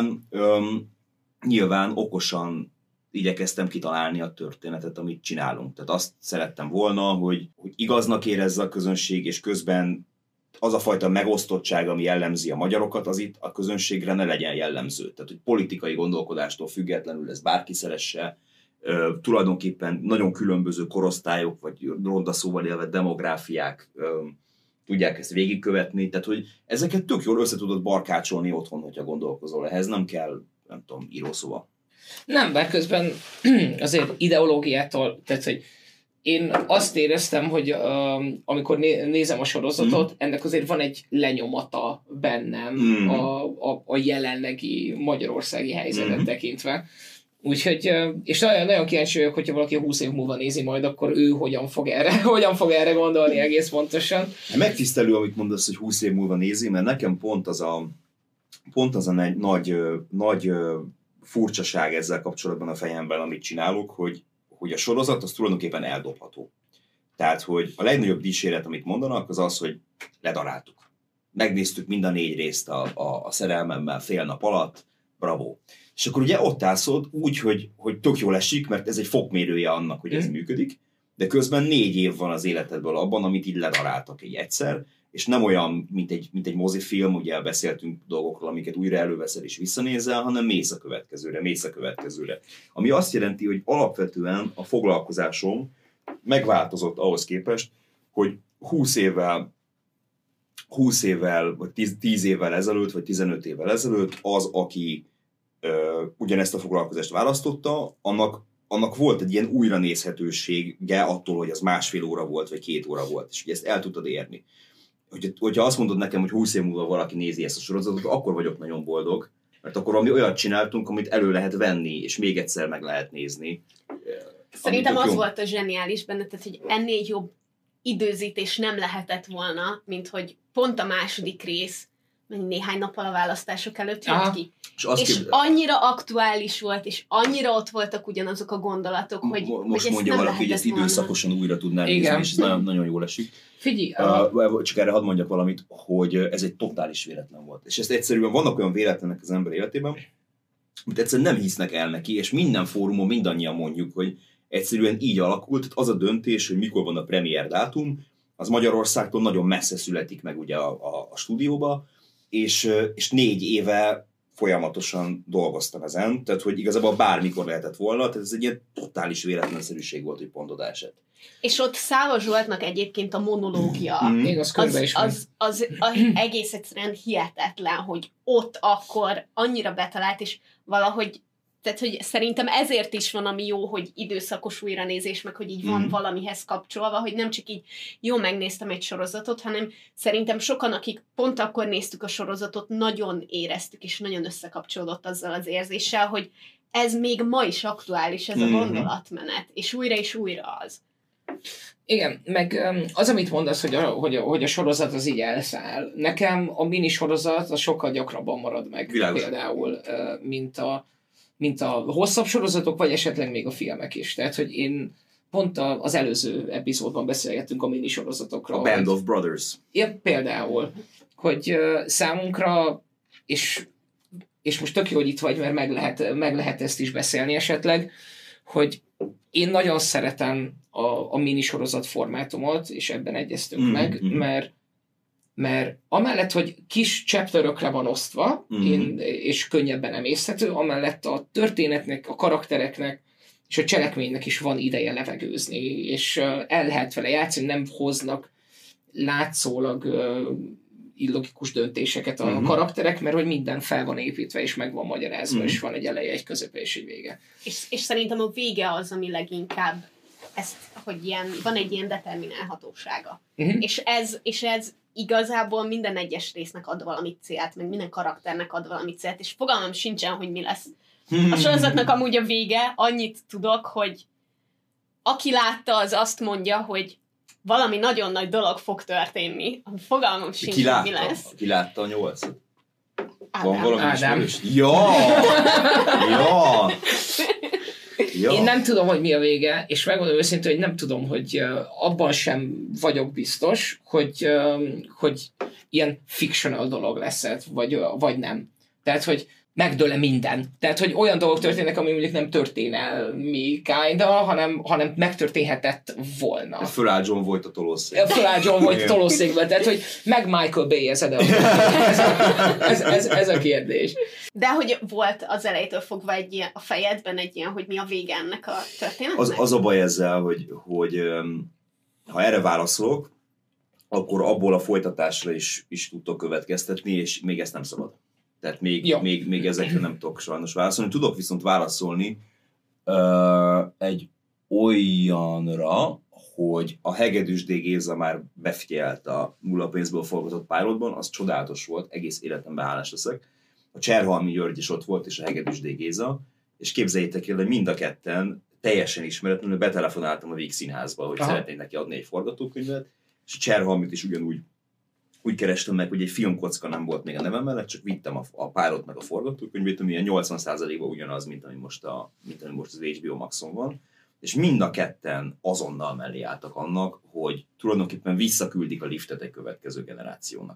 nyilván okosan igyekeztem kitalálni a történetet, amit csinálunk. Tehát azt szerettem volna, hogy igaznak érezze a közönség, és közben az a fajta megosztottság, ami jellemzi a magyarokat, az itt a közönségre ne legyen jellemző. Tehát, hogy politikai gondolkodástól függetlenül ez bárki szeresse, tulajdonképpen nagyon különböző korosztályok, vagy ronda szóval élve demográfiák tudják ezt végigkövetni, tehát hogy ezeket tök jól össze tudod barkácsolni otthon, hogyha gondolkozol. Ehhez nem kell, nem tudom, írószoba. Nem, mert közben azért ideológiától, tehát hogy én azt éreztem, hogy amikor nézem a sorozatot, ennek azért van egy lenyomata bennem a jelenlegi magyarországi helyzetet tekintve. Úgyhogy, és nagyon kíváncsi vagyok, hogyha valaki 20 év múlva nézi majd, akkor ő hogyan fog erre gondolni egész pontosan. Megtisztelő, amit mondasz, hogy 20 év múlva nézi, mert nekem pont az a nagy furcsaság ezzel kapcsolatban a fejemben, amit csinálok, hogy a sorozat az tulajdonképpen eldobható. Tehát, hogy a legnagyobb dicséret, amit mondanak, az az, hogy ledaráltuk. Megnéztük mind a 4 részt a szerelmemmel fél nap alatt, bravo. És akkor ugye ott állszod úgy, hogy tök jól esik, mert ez egy fokmérője annak, hogy ez működik, de közben 4 év van az életedből abban, amit így ledaráltak egyszer, és nem olyan, mint egy mozifilm, ugye beszéltünk dolgokról, amiket újra előveszel és visszanézel, hanem mész a következőre. Ami azt jelenti, hogy alapvetően a foglalkozásom megváltozott ahhoz képest, hogy 20 évvel, vagy 10 évvel ezelőtt, vagy 15 évvel ezelőtt az, aki ugyanezt a foglalkozást választotta, annak volt egy ilyen újranézhetősége attól, hogy az 1,5 óra volt, vagy 2 óra volt, és ugye ezt el tudtad érni. Hogyha azt mondod nekem, hogy 20 év múlva valaki nézi ezt a sorozatot, akkor vagyok nagyon boldog, mert akkor valami olyat csináltunk, amit elő lehet venni, és még egyszer meg lehet nézni. Szerintem az volt a zseniális benne, tehát, hogy ennél jobb időzítés nem lehetett volna, mint hogy pont a második rész néhány nappal a választások előtt jött ki. És annyira aktuális volt, és annyira ott voltak ugyanazok a gondolatok, hogy most hogy mondja valaki, hogy ezt időszakosan újra tudnál nézni, és ez nagyon, nagyon jól esik. Figyelj! Csak erre hadd mondjak valamit, hogy ez egy totális véletlen volt. És ezt egyszerűen vannak olyan véletlenek az ember életében, amit egyszerűen nem hisznek el neki, és minden fórumon mindannyian mondjuk, hogy egyszerűen így alakult, az a döntés, hogy mikor van a premier dátum, az Magyarországtól nagyon messze születik meg ugye a stúdióba, és 4 éve folyamatosan dolgoztam ezen, tehát hogy igazából bármikor lehetett volna, tehát ez egy ilyen totális véletlenszerűség volt, hogy pont oda esett. És ott Száva Zsoltnak egyébként a monológia, az egész egyszerűen hihetetlen, hogy ott akkor annyira betalált, és valahogy, tehát hogy szerintem ezért is van, ami jó, hogy időszakos újranézés, meg hogy így van valamihez kapcsolva, hogy nem csak így jó megnéztem egy sorozatot, hanem szerintem sokan, akik pont akkor néztük a sorozatot, nagyon éreztük, és nagyon összekapcsolódott azzal az érzéssel, hogy ez még ma is aktuális, ez a gondolatmenet, és újra az. Igen, meg az, amit mondasz, hogy a sorozat az így elszáll. Nekem a mini sorozat az sokkal gyakrabban marad meg. Világos. Például, mint a hosszabb sorozatok, vagy esetleg még a filmek is. Tehát, hogy én pont az előző epizódban beszélgettünk a mini sorozatokról. A Band of Brothers. Ja, például, hogy számunkra, és most tök jó, hogy itt vagy, mert meg lehet ezt is beszélni esetleg, hogy én nagyon szeretem a mini sorozat formátumot, és ebben egyeztünk meg, mert amellett, hogy kis chapterökre van osztva, és könnyebben emészthető, amellett a történetnek, a karaktereknek és a cselekménynek is van ideje levegőzni, és el lehet vele játszani, nem hoznak látszólag illogikus döntéseket a karakterek, mert hogy minden fel van építve, és meg van magyarázva, és van egy eleje, egy közepe és egy vége. És szerintem a vége az, ami leginkább ezt, hogy van egy ilyen determinálhatósága. És ez igazából minden egyes résznek ad valami célt, meg minden karakternek ad valami célt, és fogalmam sincsen, hogy mi lesz. A sorozatnak amúgy a vége, annyit tudok, hogy aki látta, az azt mondja, hogy valami nagyon nagy dolog fog történni. Fogalmam sincs, hogy mi lesz. Ki látta a 8-at? Ádám. Van valami ismerős? Ja! Én nem tudom, hogy mi a vége, és megmondom őszintén, hogy nem tudom, hogy abban sem vagyok biztos, hogy ilyen fictional dolog lesz, vagy nem. Tehát, hogy megdől-e minden. Tehát, hogy olyan dolgok történnek, ami mondjuk nem történelmi kinda, hanem megtörténhetett volna. Föláll John Voight a tolószékben. Föláll John Voight a tolószékben. Tehát, hogy meg Michael Bay-ezed ez a kérdés. De hogy volt az elejétől fogva egy ilyen, a fejedben egy ilyen, hogy mi a vége ennek a történetnek? Az a baj ezzel, hogy ha erre válaszolok, akkor abból a folytatásra is tudtok következtetni, és még ezt nem szabad. Tehát még ezekre nem tudok sajnos válaszolni. Tudok viszont válaszolni egy olyanra, hogy a Hegedűs D. Géza már befigyelt a Nulla pénzből forgatott pilotban, az csodálatos volt, egész életemben hálás leszek. A Cserhalmi György is ott volt, és a Hegedűs D. Géza, és képzeljétek el, hogy mind a ketten teljesen ismeretlenül betelefonáltam a Víg Színházba, hogy szeretnék neki adni egy forgatókönyvet, és a Cserhalmit is ugyanúgy úgy kerestem meg, hogy egy filmkocka nem volt még a nevem mellett, csak vittem a pilot meg a forgatókönyvét, ami ilyen 80%-ban ugyanaz, mint ami most az HBO Maxon van, és mind a ketten azonnal mellé álltak annak, hogy tulajdonképpen visszaküldik a liftet egy következő generációnak.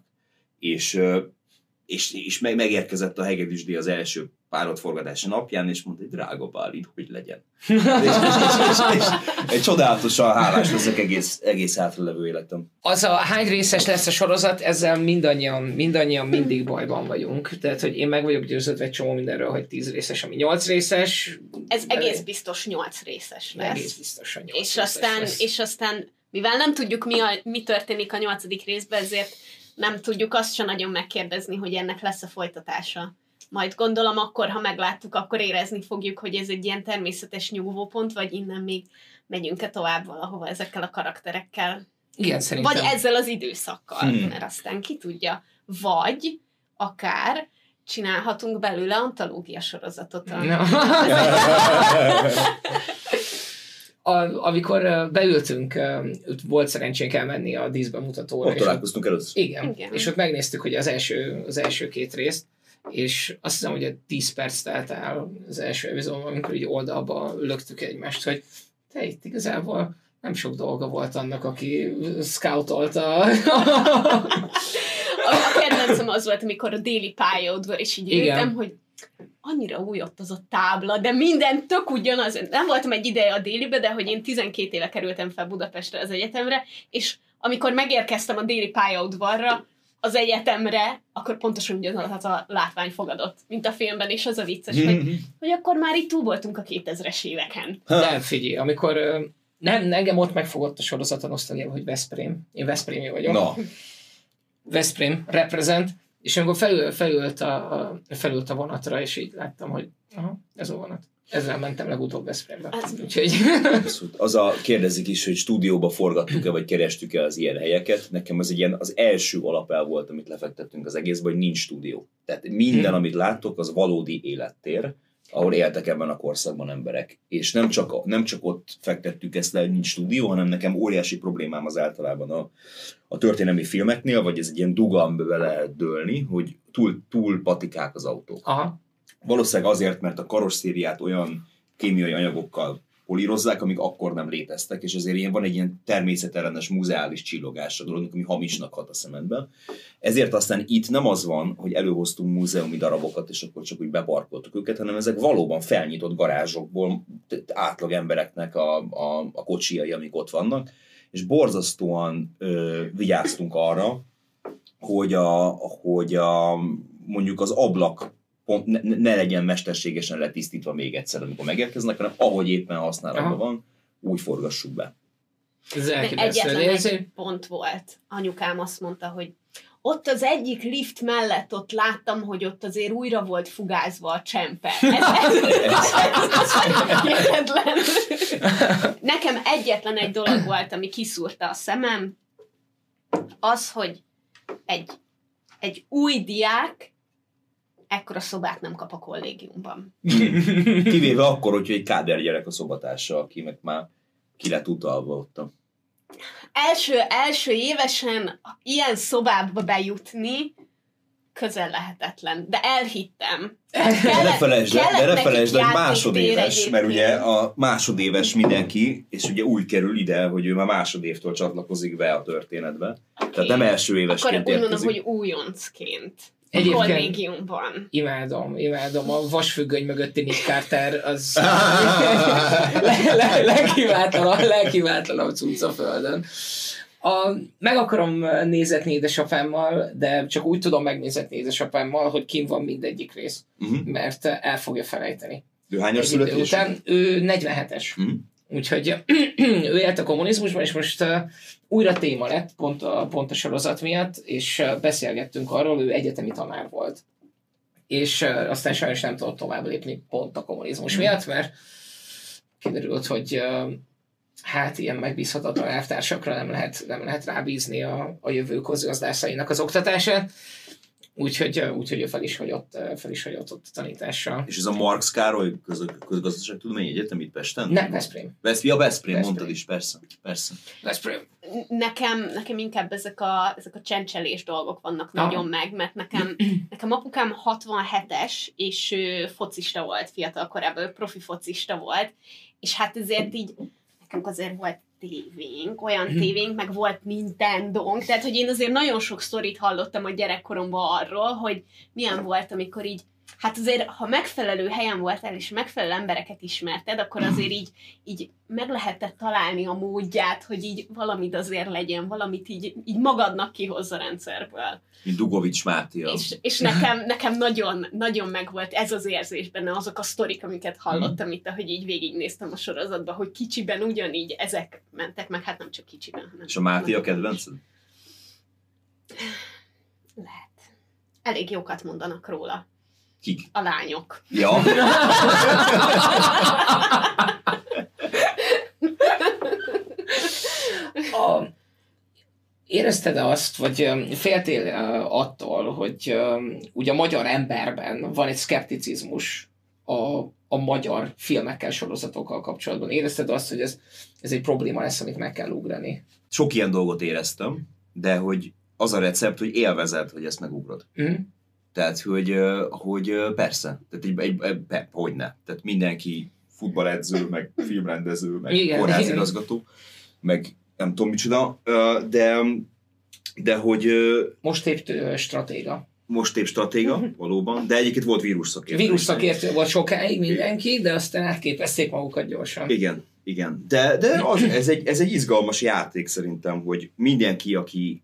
És megérkezett a Hegedűs D. az első pilotforgatása napján, és mondta, hogy drága Bálint, hogy legyen. és egy csodálatosan hálás leszek egész hátralevő életem. Az a hány részes lesz a sorozat, ezzel mindannyian mindig bajban vagyunk. Tehát, hogy én meg vagyok győződve egy csomó mindenről, hogy 10 részes, ami 8 részes. Ez egész biztos 8 részes lesz. Egész biztosan 8 részes lesz. És aztán, mivel nem tudjuk, mi történik a 8. részben, ezért nem tudjuk azt sem nagyon megkérdezni, hogy ennek lesz a folytatása. Majd gondolom akkor, ha megláttuk, akkor érezni fogjuk, hogy ez egy ilyen természetes nyugvópont, vagy innen még megyünk-e tovább valahova ezekkel a karakterekkel. Igen, szerintem. Vagy ezzel az időszakkal, mert aztán ki tudja. Vagy akár csinálhatunk belőle antológia sorozatot. No. Amikor beültünk, volt szerencsénk elmenni a díszbemutatóra. Ott találkoztunk először. Igen, és ott megnéztük ugye az első 2 részt, és azt hiszem, hogy 10 perc telt el az első epizódban, amikor így oldalba löktük egymást, hogy te itt igazából nem sok dolga volt annak, aki scoutolta. A kedvencem az volt, amikor a déli pályaudvar, és így jöttem, hogy annyira új ott az a tábla, de minden tök ugyanaz. Nem voltam egy ideje a délibe, de hogy én 12 éve kerültem fel Budapestre az egyetemre, és amikor megérkeztem a déli pályaudvarra, az egyetemre, akkor pontosan ugyanaz a látvány fogadott, mint a filmben, és az a vicces, hogy akkor már itt túl voltunk a 2000-es éveken. Nem, figyelj, amikor engem ott megfogott a sorozat a nosztalgia, hogy Veszprém. Én veszprémi vagyok. No. Veszprém represent, és amikor felült a vonatra, és így láttam, hogy ez a vonat. Ezzel mentem legutóbb Veszprémbe. Úgyhogy... Kérdezik is, hogy stúdióba forgattuk-e, vagy kerestük-e az ilyen helyeket. Nekem ez egy ilyen, az első alapelv volt, amit lefektettünk az egészben, hogy nincs stúdió. Tehát minden, amit láttok, az valódi élettér, ahol éltek ebben a korszakban emberek. És nem csak ott fektettük ezt le, hogy nincs stúdió, hanem nekem óriási problémám az általában a történelmi filmeknél, vagy ez egy ilyen dugamba lehet dőlni, hogy túl patikák az autók. Aha. Valószínűleg azért, mert a karosszériát olyan kémiai anyagokkal polírozzák, amik akkor nem léteztek, és ezért van egy ilyen természetellenes muzeális csillogás a dolognak, ami hamisnak hat a szemedben. Ezért aztán itt nem az van, hogy előhoztunk múzeumi darabokat, és akkor csak úgy beparkoltuk őket, hanem ezek valóban felnyitott garázsokból átlag embereknek a kocsijai, amik ott vannak, és borzasztóan vigyáztunk arra, hogy mondjuk az ablak pont ne legyen mesterségesen letisztítva még egyszer, amikor megérkeznek, hanem ahogy éppen használatban van, úgy forgassuk be. Egyetlen egy pont volt. Anyukám azt mondta, hogy ott az egyik lift mellett ott láttam, hogy ott azért újra volt fugázva a csempe. Nekem egyetlen egy dolog volt, ami kiszúrta a szemem, az, hogy egy új diák ekkora szobát nem kap a kollégiumban. Kivéve akkor, hogyha egy káder gyerek a szobatársa, aki meg már ki lett utalva ott. Első évesen ilyen szobába bejutni közel lehetetlen, de elhittem. De ne felejtsd, hogy másodéves, mert ugye a másodéves mindenki, és ugye úgy kerül ide, hogy ő már másodévtől csatlakozik be a történetbe. Okay. Tehát nem első évesként akkor úgy mondom, hogy újoncként. Kollégiumban. Imádom. A vasfüggöny mögötti Nick Carter az legkiváltlanabb cucc a földön. Meg akarom nézetni édesapámmal, de csak úgy tudom megnézetni édesapámmal, hogy kim van mindegyik rész, mert el fogja felejteni. Ő hányas születés? Ő 47-es. Úgyhogy ő élt a kommunizmusban, és most újra téma lett, pont a sorozat miatt, és beszélgettünk arról, ő egyetemi tanár volt. És aztán sajnos nem tudott tovább lépni pont a kommunizmus miatt, mert kiderült, hogy hát ilyen megbízhatatlan elvtársakra nem lehet rábízni a jövő közgazdászainak az oktatását. Úgyhogy ő fel is hagyott ott a tanítással. És ez a Marx Károly közgazdaságtudományi egyetem itt Pesten? Nem, Veszprém. Veszprém, mondtad is, persze. Veszprém. Nekem inkább ezek a csencselés dolgok vannak nagyon meg, mert nekem apukám 67-es, és ő focista volt fiatal korában, ő profi focista volt, és hát ezért így nekünk azért volt olyan tévénk, meg volt Nintendónk, tehát hogy én azért nagyon sok sztorit hallottam a gyerekkoromban arról, hogy milyen volt, amikor így, hát azért, ha megfelelő helyen voltál, és megfelelő embereket ismerted, akkor azért így meg lehetett találni a módját, hogy így valamit azért legyen, valamit így magadnak kihoz a rendszerből. Mint Dugovics Máté. És nekem nagyon, nagyon megvolt ez az érzés benne, azok a sztorik, amiket hallottam itt, ahogy így végignéztem a sorozatban, hogy kicsiben ugyanígy ezek mentek meg, hát nem csak kicsiben. Hanem és a Máté a kedvenced? Lehet. Elég jókat mondanak róla. Kik? A lányok. Ja. Érezted azt, vagy féltél attól, hogy ugye a magyar emberben van egy szkepticizmus a magyar filmekkel, sorozatokkal kapcsolatban? Érezted azt, hogy ez egy probléma lesz, amit meg kell ugrani? Sok ilyen dolgot éreztem, de hogy az a recept, hogy élvezed, hogy ezt megugrod. Tehát, hogy persze, tehát hogyne. Tehát mindenki futballedző, meg filmrendező, meg kórházigazgató, meg nem tudom micsoda, de hogy... Most épp stratéga. Valóban, de egyébként volt vírusszakértő. Vírusszakértő volt sokáig mindenki, de aztán átképezték magukat gyorsan. Igen. De ez egy izgalmas játék szerintem, hogy mindenki,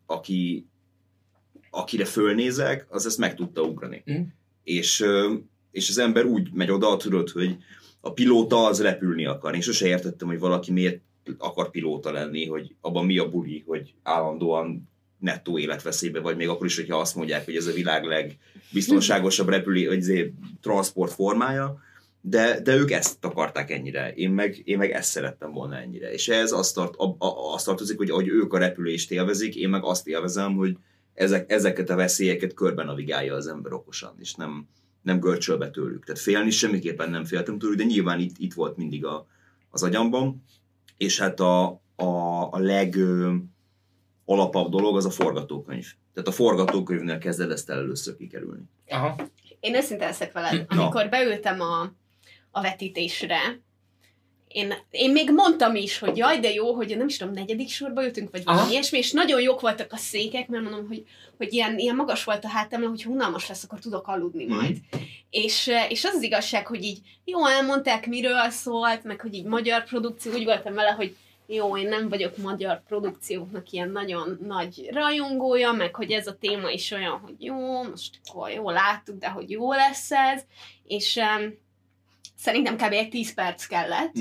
akire fölnézek, az ezt meg tudta ugrani. És az ember úgy megy oda, tudod, hogy a pilóta az repülni akar. Én sose értettem, hogy valaki miért akar pilóta lenni, hogy abban mi a buli, hogy állandóan nettó életveszélybe vagy, még akkor is, hogyha azt mondják, hogy ez a világ legbiztonságosabb vagy transport formája, de ők ezt akarták ennyire. Én meg ezt szerettem volna ennyire. És ez azt tartozik, hogy ahogy ők a repülést élvezik, én meg azt élvezem, hogy ezeket a veszélyeket körben navigálja az ember okosan, és nem görcsöl be tőlük. Tehát félni semmiképpen nem féltem tőlük, de nyilván itt volt mindig az agyamban, és hát a legalapabb dolog az a forgatókönyv. Tehát a forgatókönyvnél kezded ezt el először kikerülni. Aha. Én őszinte leszek veled, amikor beültem a vetítésre, én még mondtam is, hogy jaj, de jó, hogy nem is tudom, 4. sorba ültünk, vagy valami ilyesmi, és nagyon jók voltak a székek, mert mondom, hogy ilyen magas volt a hátam, hogy unalmas lesz, akkor tudok aludni majd. És az igazság, hogy így jó elmondták, miről szólt, meg hogy így magyar produkció, úgy voltam vele, hogy jó, én nem vagyok magyar produkcióknak ilyen nagyon nagy rajongója, meg hogy ez a téma is olyan, hogy jó, most akkor jól láttuk, de hogy jó lesz ez, és szerintem kb. Egy 10 perc kellett,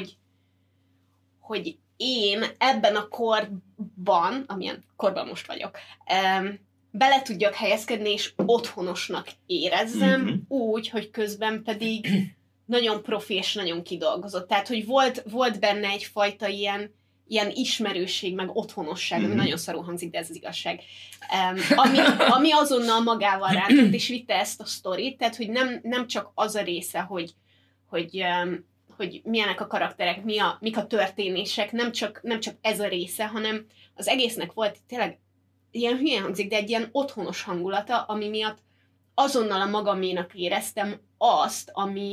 hogy én ebben a korban, amilyen korban most vagyok, bele tudjak helyezkedni, és otthonosnak érezzem, úgy, hogy közben pedig nagyon profi és nagyon kidolgozott. Tehát, hogy volt benne egyfajta ilyen ismerőség, meg otthonosság, ami nagyon szarul hangzik, de ez az igazság. Ami azonnal magával rántott, és vitte ezt a sztorit, tehát, hogy nem csak az a része, hogy milyenek a karakterek, mik a történések, nem csak ez a része, hanem az egésznek volt tényleg ilyen hülyen hangzik, de egy ilyen otthonos hangulata, ami miatt azonnal a magaménak éreztem azt,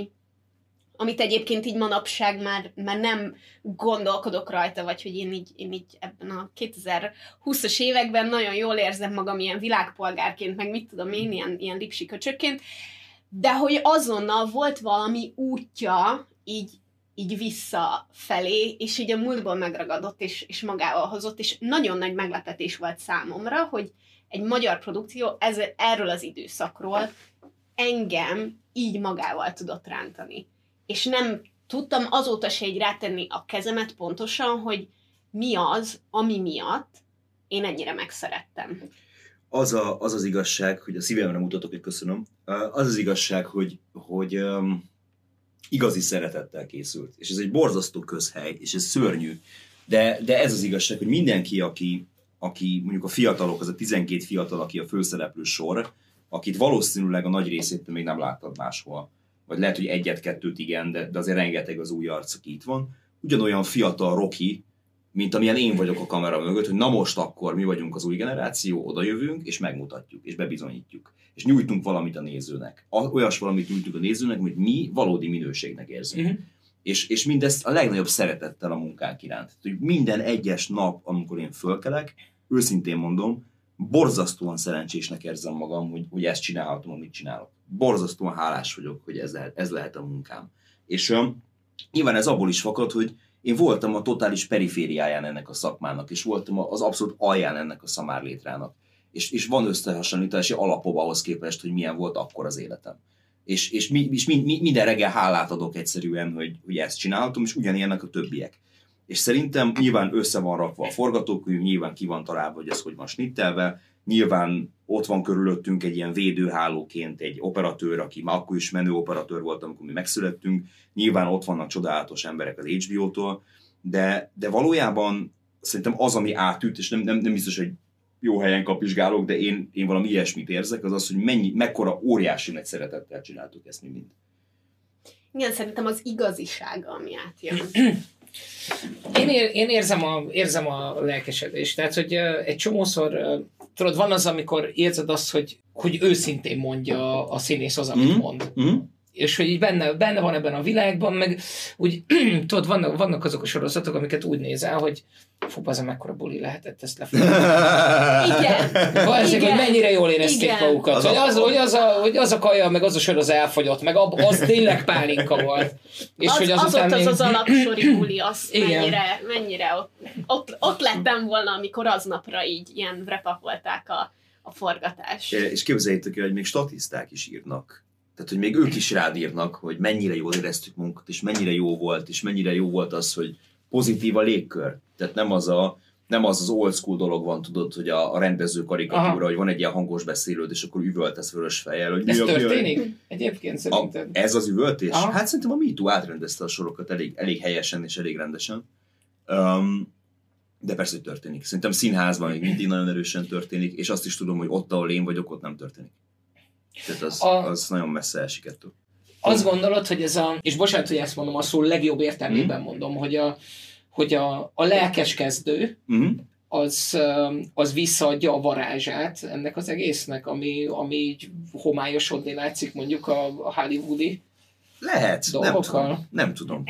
amit egyébként így manapság már nem gondolkodok rajta, vagy hogy én így ebben a 2020-as években nagyon jól érzem magam ilyen világpolgárként, meg mit tudom én, ilyen lipsi köcsökként, de hogy azonnal volt valami útja így visszafelé, és így a múltból megragadott, és magával hozott, és nagyon nagy meglepetés volt számomra, hogy egy magyar produkció erről az időszakról engem így magával tudott rántani. És nem tudtam azóta se így rátenni a kezemet pontosan, hogy mi az, ami miatt én ennyire megszerettem. Az igazság, hogy a szívemre mutatok, hogy köszönöm, az igazság, hogy igazi szeretettel készült. És ez egy borzasztó közhely, és ez szörnyű. De ez az igazság, hogy mindenki, aki mondjuk a fiatalok, az a 12 fiatal, aki a főszereplő sor, akit valószínűleg a nagy részét még nem láttad máshol. Vagy lehet, hogy egyet-kettőt igen, de azért rengeteg az új arc, aki itt van. Ugyanolyan fiatal Rocky, mint amilyen én vagyok a kamera mögött, hogy na most akkor mi vagyunk az új generáció, oda jövünk, és megmutatjuk, és bebizonyítjuk. És nyújtunk valamit a nézőnek. Olyas valamit nyújtunk a nézőnek, amit mi valódi minőségnek érzünk. És mindezt a legnagyobb szeretettel a munkánk iránt. Hogy minden egyes nap, amikor én fölkelek, őszintén mondom, borzasztóan szerencsésnek érzem magam, hogy ezt csinálhatom, amit csinálok. Borzasztóan hálás vagyok, hogy ez lehet a munkám. És nyilván ez abból is fakad, hogy én voltam a totális perifériáján ennek a szakmának, és voltam az abszolút alján ennek a szamárlétrának. És van összehasonlítási alapom ahhoz képest, hogy milyen volt akkor az életem. És minden reggel hálát adok egyszerűen, hogy ezt csinálhatom, és ugyanilyennek a többiek. És szerintem nyilván össze van rakva a forgatókönyv, nyilván ki van találva, hogy ez hogy van snittelve, nyilván ott van körülöttünk egy ilyen védőhálóként egy operatőr, aki már akkor is menő operatőr volt, amikor mi megszülettünk, nyilván ott vannak csodálatos emberek az HBO-tól, de valójában szerintem az, ami átüt, és nem biztos, hogy jó helyen kapizsgálok, de én valami ilyesmit érzek, az, hogy mekkora óriási nagy szeretettel csináltuk ezt mi mind. Igen, szerintem az igazisága, ami átjön. Én érzem a lelkesedést. Tehát, hogy egy csomószor, tudod, van az, amikor érzed azt, hogy őszintén mondja a színész az, amit mond. És hogy így benne van ebben a világban, meg úgy, tudod, vannak azok a sorozatok, amiket úgy nézel, hogy fú, az mekkora buli lehetett ezt lefolyni. Igen. Valószínűleg, hogy mennyire jól érezték magukat. Hogy az a kaja, meg az a sör az elfogyott, meg az tényleg pálinka volt. És hogy azután az alapsori buli, az mennyire ott lettem volna, amikor aznapra így ilyen wrap-upolták a forgatást. És képzeljétek el, hogy még statiszták is írnak. Tehát, hogy még ők is rád írnak, hogy mennyire jól éreztük munkat, és mennyire jó volt, és mennyire jó volt az, hogy pozitív a légkör. Tehát nem az old school dolog van, tudod, hogy a rendező karikatúra, hogy van egy ilyen hangos beszélőd, és akkor üvöltesz vörös fejjel. Hogy ez történik? Egyébként szerintem. Ez az üvöltés? Hát szerintem a MeToo átrendezte a sorokat elég helyesen és elég rendesen. De persze, hogy történik. Szerintem színházban még mindig nagyon erősen történik, és azt is tudom, hogy ott, ahol én vagyok, ott nem történik. Tehát az nagyon messze esik ettől. Azt gondolod, hogy ez és bocsánat, hogy ezt mondom, a szó legjobb értelmében mondom, hogy a lelkes kezdő az visszaadja a varázsát ennek az egésznek, ami így homályosodni látszik mondjuk a hollywoodi lehet, dolgokkal. Nem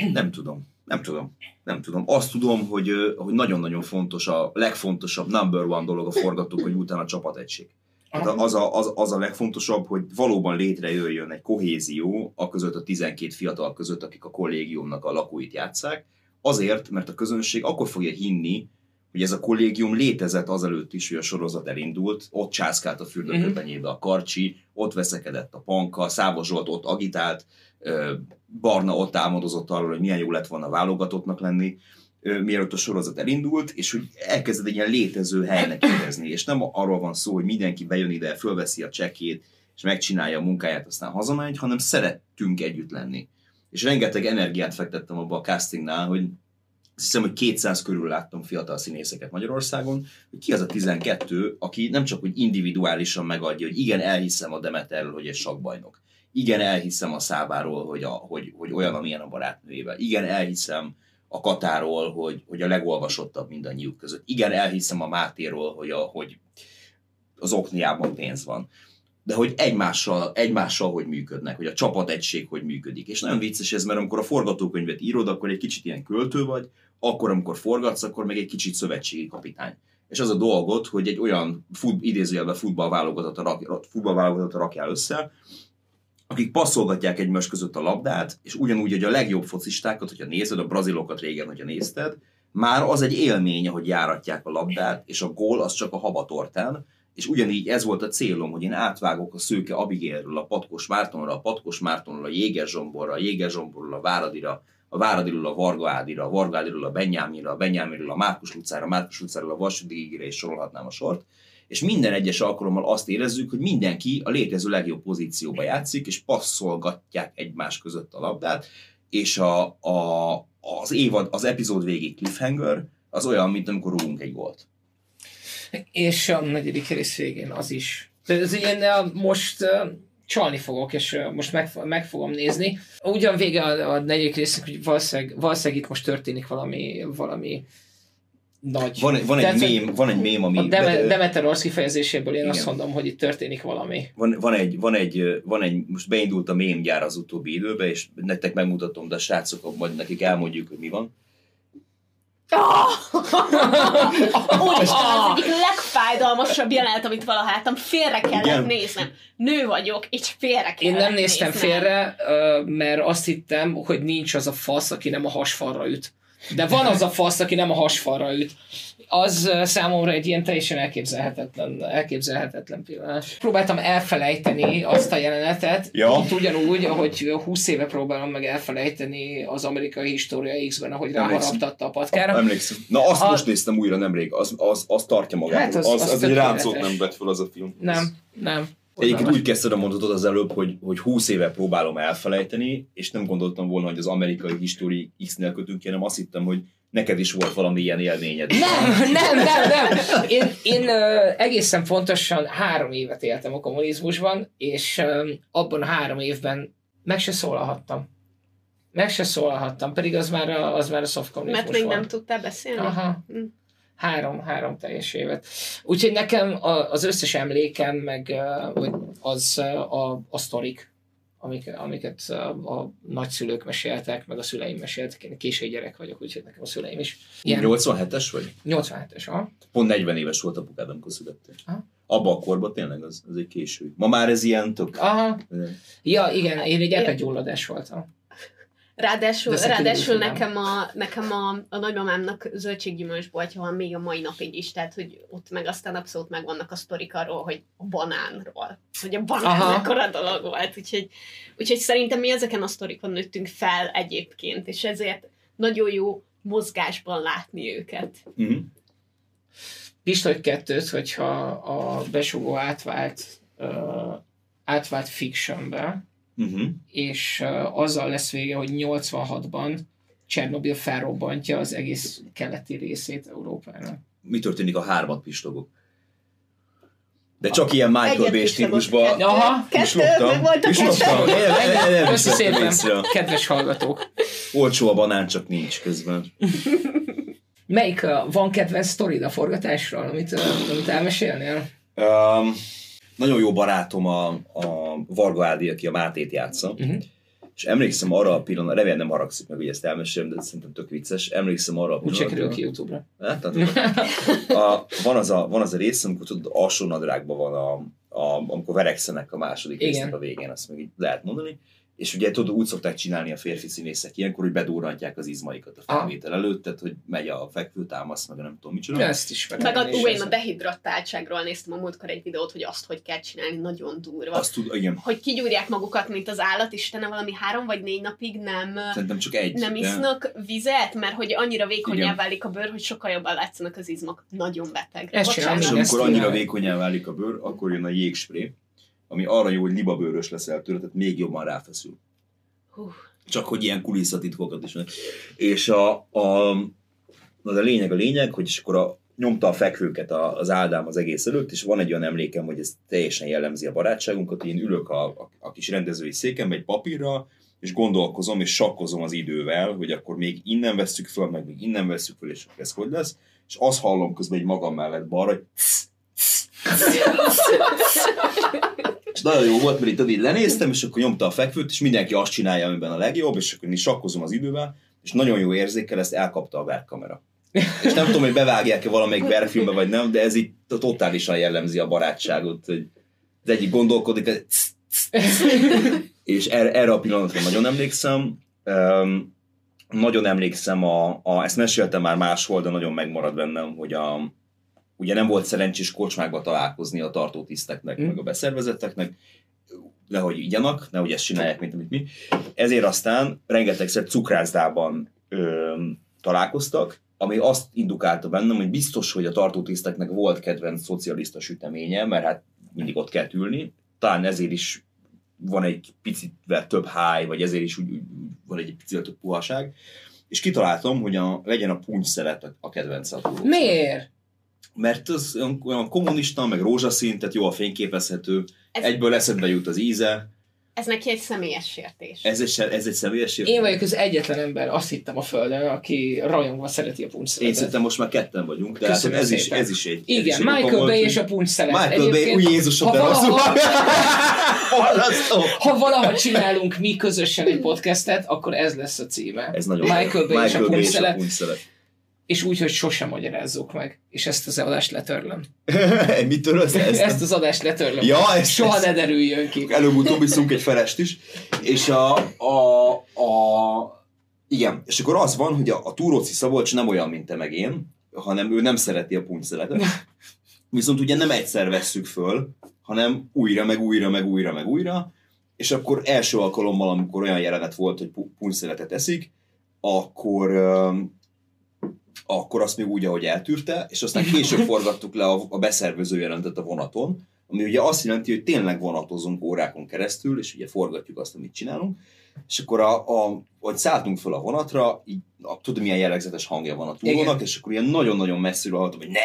tudom. Azt tudom, hogy nagyon-nagyon fontos, a legfontosabb number one dolog a forgatókönyv után a csapategység. Tehát az a legfontosabb, hogy valóban létrejöjjön egy kohézió a között a 12 fiatal között, akik a kollégiumnak a lakóit játsszák, Azért, mert a közönség akkor fogja hinni, hogy ez a kollégium létezett azelőtt is, hogy a sorozat elindult, ott császkált a fürdőköpenyébe a Karcsi, ott veszekedett a Panka, Szávos Zsolt ott agitált, Barna ott álmodozott arról, hogy milyen jó lett volna válogatottnak lenni, mielőtt a sorozat elindult, és hogy elkezded egy ilyen létező helynek érezni, és nem arról van szó, hogy mindenki bejön ide, fölveszi a csekkjét, és megcsinálja a munkáját, aztán hazamegy, hanem szerettünk együtt lenni. És rengeteg energiát fektettem abba a castingnál, hogy azt hiszem, hogy 200 körül láttam fiatal színészeket Magyarországon, hogy ki az a 12, aki nem csak hogy individuálisan megadja, hogy igen, elhiszem a Demeterről, hogy egy sakkbajnok. Igen, elhiszem a Száváról, hogy olyan, amilyen a barátnőjével. Igen, elhiszem a Katáról, hogy a legolvasottabb mindannyiuk között. Igen, elhiszem a Mátéról, hogy az okniában pénz van. De hogy egymással hogy működnek, hogy a csapategység hogy működik. És nagyon vicces ez, mert amikor a forgatókönyvet írod, akkor egy kicsit ilyen költő vagy, akkor amikor forgatsz, akkor meg egy kicsit szövetségi kapitány. És az a dolgot, hogy egy olyan idézőjelben futballválogatot rakjál össze, akik passzolgatják egymás között a labdát, és ugyanúgy, hogy a legjobb focistákat, hogyha nézed, a brazilokat régen, hogyha nézted, már az egy élmény, hogy járatják a labdát, és a gól az csak a habatortán, és ugyanígy ez volt a célom, hogy én átvágok a Szőke Abigailről, a Patkos Mártonra, a Patkos Mártonról, a Jéger Zsomborra, a Jéger Zsomborról a Váradira, a Váradiról a Varga Ádira, a Varga Ádiról a Benyáminra, a Benyáminről a Márkus Lucára, a Márkus Lucáról a Vasúti Igére, és sorolhatnám a sort. És minden egyes alkalommal azt érezzük, hogy mindenki a létező legjobb pozícióba játszik, és passzolgatják egymás között a labdát, és az epizód végig cliffhanger, az olyan, mint amikor rúgunk egy gólt. És a negyedik rész végén az is. Ez ilyen most csalni fogok, és most meg fogom nézni. Ugyan vége a negyedik résznek, hogy valószínűleg itt most történik valami nagy. Van egy mém, ami... A Demeter Orsz kifejezéséből én igen. Azt mondom, hogy itt történik valami. Van egy, most beindult a mémgyár az utóbbi időben, és nektek megmutatom, de a srácok, majd nekik elmondjuk, hogy mi van. Úristen, az egyik legfájdalmasabb jelenet, amit valaha láttam, félre kellett néznem. Nő vagyok, és félre kellett Én nem néztem félre, mert azt hittem, hogy nincs az a fasz, aki nem a hasfalra üt. De van az a fasz, aki nem a hasfalra üt. Az számomra egy ilyen teljesen elképzelhetetlen pillanat. Próbáltam elfelejteni azt a jelenetet, itt ugyanúgy, ahogy 20 éve próbálom meg elfelejteni az Amerikai História X-ben, ahogy ráharaptatta a patkára. Emlékszem. Na azt most néztem újra nemrég, az tartja magát. Hát az egy ráncot nem vett fel az a film. Nem. Egyébként úgy kezdted a mondatot az előbb, hogy 20 éve próbálom elfelejteni, és nem gondoltam volna, hogy az Amerikai History X-nél kötünk ki, hanem azt hittem, hogy neked is volt valami ilyen élményed. Nem. Én egészen pontosan 3 évet éltem a kommunizmusban, és abban a 3 évben meg se szólalhattam, pedig az már a soft kommunizmus mert még nem tudtál beszélni? Aha. 3 teljes évet. Úgyhogy nekem az összes emlékem, meg az a sztorik, amiket a nagyszülők meséltek, meg a szüleim meséltek. Én késői gyerek vagyok, úgyhogy nekem a szüleim is. 87-es vagy? 87-es, aha. Pont 40 éves volt apukád, amikor születtél. Abba a korban tényleg az egy késő. Ma már ez ilyen tök. Aha. Ja, igen, én egy epegyulladás voltam. Ráadásul nekem a nagymamámnak zöldséggyümölcsboltja van még a mai napig is, tehát hogy ott meg aztán abszolút megvannak a sztorik arról, hogy a banánról, hogy a banán mekkora dolog volt, úgyhogy szerintem mi ezeken a sztorikon nőttünk fel egyébként, és ezért nagyon jó mozgásban látni őket. Mm-hmm. Pistoly 2-t, hogyha a besugó átvált fictionbe, és azzal lesz vége, hogy 86-ban Csernobil felrobbantja az egész keleti részét Európának. Mi történik, a 3-at pislogok? De csak ilyen Michael Bay stílusban. Pislogtam. Köszi szépen, kedves hallgatók. Olcsó a banán, csak nincs közben. Melyik van kedvenc sztorid a forgatásról, amit elmesélnél? Nagyon jó barátom a Varga Ádi, aki a Mátét játsza, és emlékszem arra a pillanatra, remélem nem haragszik meg, hogy ezt elmesélem, de szerintem tök vicces, emlékszem arra a pillanatra. Úgy se kerül ki YouTube-ra. Van az a rész, amikor tudod, alsó nadrágban van, amikor verekszenek a második résznek a végén, azt meg így lehet mondani, És ugye tudod, úgy szokták csinálni a férfi színészek ilyenkor, hogy bedurrantják az izmaikat a felvétel előtt, tehát hogy megy a fekvőtámasz, meg nem tudom micsoda. Ezt is meg én a dehidratáltságról néztem a múltkor egy videót, hogy azt hogy kell csinálni, nagyon durva. Igen. Hogy kigyúrják magukat, mint az állat, Istenem, valami 3 vagy 4 napig nem csak egy. Nem isznak vizet, mert hogy annyira vékonyá válik a bőr, hogy sokkal jobban látszanak az izmok. Nagyon beteg. És amikor annyira vékonyá válik a bőr, akkor jön a jégspré, ami arra jó, hogy libabőrös leszel tőle, tehát még jobban ráfeszül. Csak hogy ilyen kulisszatitkokat is. És a lényeg, hogy és akkor nyomta a fekvőket az Ádám az egész előtt, és van egy olyan emlékem, hogy ez teljesen jellemzi a barátságunkat, hogy én ülök a kis rendezői székembe egy papírral, és gondolkozom, és sakkozom az idővel, hogy akkor még innen vesszük föl, meg még innen vesszük föl, és ez hogy lesz. És azt hallom közben egy magam mellett balra, hogy és nagyon jó volt, mert itt így lenéztem, és akkor nyomta a fekvőt, és mindenki azt csinálja, amiben a legjobb, és akkor én sakkozom az idővel, és nagyon jó érzékkel ezt elkapta a verkkamera. És nem tudom, hogy bevágják-e valamelyik verkfilmbe, vagy nem, de ez így totálisan jellemzi a barátságot, hogy az egyik gondolkodik, és erre a pillanatra nagyon emlékszem. Nagyon emlékszem, ezt meséltem már máshol, de nagyon megmarad bennem, hogy ugye nem volt szerencsés kocsmákba találkozni a tartótiszteknek, meg a beszervezetteknek, nehogy igyanak, nehogy ezt csinálják, mint amit mi. Ezért aztán rengetegszer cukrászdában találkoztak, ami azt indukálta bennem, hogy biztos, hogy a tartótiszteknek volt kedvenc szocialista süteménye, mert hát mindig ott kell ülni. Talán ezért is van egy picit több háj, vagy ezért is úgy van egy picit több puhaság. És kitaláltam, hogy legyen a puncyszelet a kedvenc a túrócnak. Miért? Mert az olyan kommunista, meg rózsaszín, tehát jól fényképezhető, egyből eszedbe jut az íze. Ez neki egy személyes sértés. Ez egy személyes sértés. Én vagyok az egyetlen ember, azt hittem a Földön, aki rajongva szereti a puncsszeletet. Én szerintem most már ketten vagyunk, de hát ez is egy... Igen, Michael Bay és a puncsszelet. Michael Bay, úgy Jézusom, de rosszul. Ha valaha csinálunk mi közösen egy podcastet, akkor ez lesz a címe. Ez nagyon Michael Bay és a puncsszelet. És úgy, hogy sosem magyarázzuk meg. És ezt az adást letörlöm. Mit törölsz? Ezt az adást letörlöm. Ja, soha ne derüljön ki. Előbb-utóbb iszunk egy felest is. És igen, és akkor az van, hogy a Túróczi Szabolcs nem olyan, mint te meg én, hanem ő nem szereti a puncsszeletet. Viszont ugye nem egyszer vesszük föl, hanem újra, meg újra, meg újra, meg újra, és akkor első alkalommal, amikor olyan jelenet volt, hogy puncsszeletet eszik, akkor azt még úgy, ahogy eltűrte, és aztán később forgattuk le a beszervező jelentet a vonaton, ami ugye azt jelenti, hogy tényleg vonatozunk órákon keresztül, és ugye forgatjuk azt, amit csinálunk, és akkor hogy szálltunk föl a vonatra, így tudom, milyen jellegzetes hangja van a túrónak, és akkor ilyen nagyon-nagyon messziről hallottam, hogy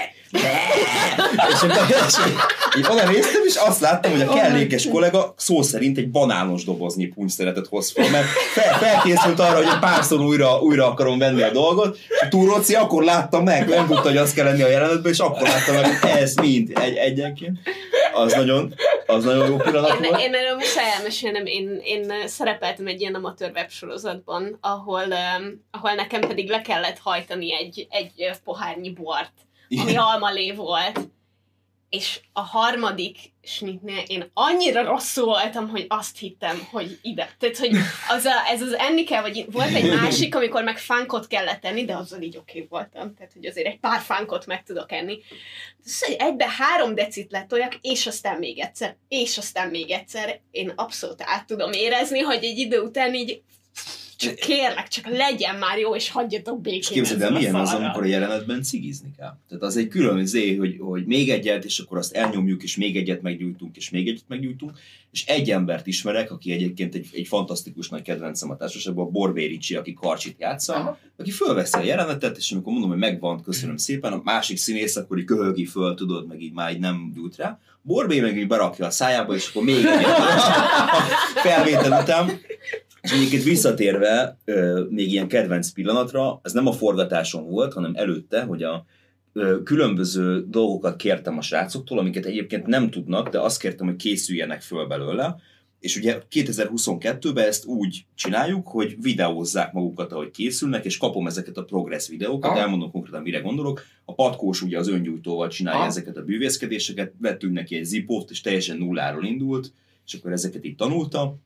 és így oda néztem, és azt láttam, hogy a kellékes kollega szó szerint egy banános doboznyi puncsszeletet hoz fel, mert felkészült arra, hogy egy párszor újra akarom venni a dolgot, és a Túróczi akkor látta meg, nem tudta, hogy az kell lenni a jelenetben, és akkor látta meg, hogy ez mind egyenként. Az nagyon jó pillanat volt. Én erről muszáj elmesélnem, én szerepeltem egy ilyen amatőr websorozatban, ahol nekem pedig le kellett hajtani egy pohárnyi bort, ami almalé volt. És a harmadik snitnél én annyira rosszul voltam, hogy azt hittem, hogy ide. Tehát, hogy ez az enni kell, vagy volt egy másik, amikor meg fánkot kellett enni, de azzal így oké voltam. Tehát, hogy azért egy pár fánkot meg tudok enni. Egybe 3 decit letoljak, és aztán még egyszer, és aztán még egyszer. Én abszolút át tudom érezni, hogy egy idő után így csak kérlek, csak legyen már jó, és hagyjatok békén. És képzeld el, milyen az, amikor a jelenetben cigizni kell. Tehát az egy külön hogy még egyet, és akkor azt elnyomjuk, és még egyet meggyújtunk, és még egyet meggyújtunk. És egy embert ismerek, aki egyébként egy fantasztikus nagy kedvencem a társaságban, a Borbély Ricsi, aki Karcsit játsza, aki fölveszi a jelenetet, és amikor mondom, hogy megvan, köszönöm szépen, a másik színész, akkor így köhögi föl, tudod, meg így már így nem gyújt rá. Borbély meg így berakja a szájába, és akkor még egyet felvétel után. És egyébként visszatérve még ilyen kedvenc pillanatra, ez nem a forgatáson volt, hanem előtte, hogy a különböző dolgokat kértem a srácoktól, amiket egyébként nem tudnak, de azt kértem, hogy készüljenek föl belőle, és ugye 2022-ben ezt úgy csináljuk, hogy videózzák magukat, ahogy készülnek, és kapom ezeket a progress videókat, elmondom konkrétan, mire gondolok. A Patkós ugye az öngyújtóval csinálja ezeket a bűvészkedéseket, vettünk neki egy zipót, és teljesen nulláról indult, és akkor ezeket így tanulta.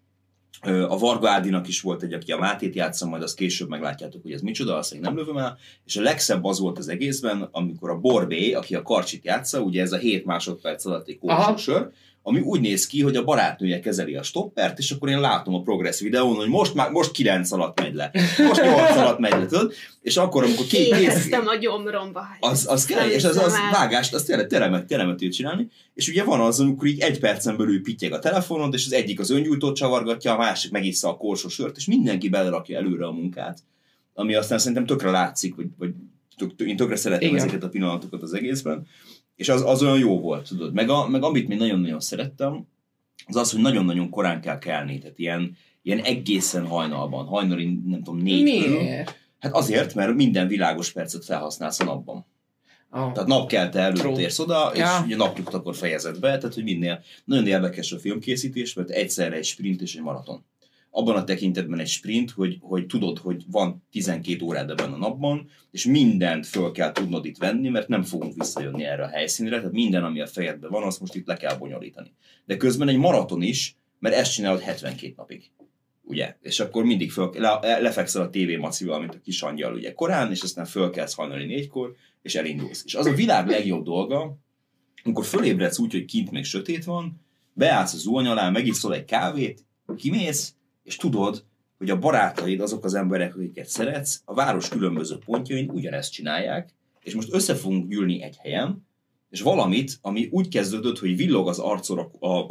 A Varga Ádinak is volt egy, aki a Mátét játsza, majd azt később meglátjátok, hogy ez micsoda, azt még nem lövöm el. És a legszebb az volt az egészben, amikor a Borbé, aki a Karcsit játsza, ugye ez a 7 másodperc alatti kórsor, ami úgy néz ki, hogy a barátnője kezeli a stoppert, és akkor én látom a progress videón, hogy most 9 alatt megy le, most 8 alatt megy le, tudod? És akkor, amikor Éheztem a gyomromba. Az kell, és az vágást, azt tényleg tud csinálni, és ugye van az, amikor így 1 percen belül pittyeg a telefonod, és az egyik az öngyújtót csavargatja, a másik megissza a korsó sört, és mindenki belerakja előre a munkát, ami aztán szerintem tökre látszik, vagy én tökre szeretem ezeket a pillanatokat az egészben, és az olyan jó volt, tudod. Meg amit még nagyon-nagyon szerettem, az, hogy nagyon-nagyon korán kell kelni, tehát ilyen egészen hajnali, nem tudom, 4 körül. Miért? Hát azért, mert minden világos percet felhasználsz a napban. Tehát napkelte előtt érsz oda, és ugye napnyugtakor fejezed be, tehát hogy minél. Nagyon érdekes a filmkészítés, mert egyszerre egy sprint és egy maraton. Abban a tekintetben egy sprint, hogy tudod, hogy van 12 órád ebben a napban, és mindent föl kell tudnod itt venni, mert nem fogunk visszajönni erre a helyszínre, tehát minden, ami a fejedben van, azt most itt le kell bonyolítani. De közben egy maraton is, mert ezt csinálod 72 napig. Ugye? És akkor mindig lefekszel a tévémacival, mint a kis angyal, ugye korán, és aztán fölkelsz hajnali 4-kor, és elindulsz. És az a világ legjobb dolga, amikor fölébredsz úgy, hogy kint még sötét van, beállsz a zuhany alá, megiszol egy kávét, kimész, és tudod, hogy a barátaid, azok az emberek, akiket szeretsz, a város különböző pontjain ugyanezt csinálják, és most össze fogunk gyűlni egy helyen, és valamit, ami úgy kezdődött, hogy villog az arcod,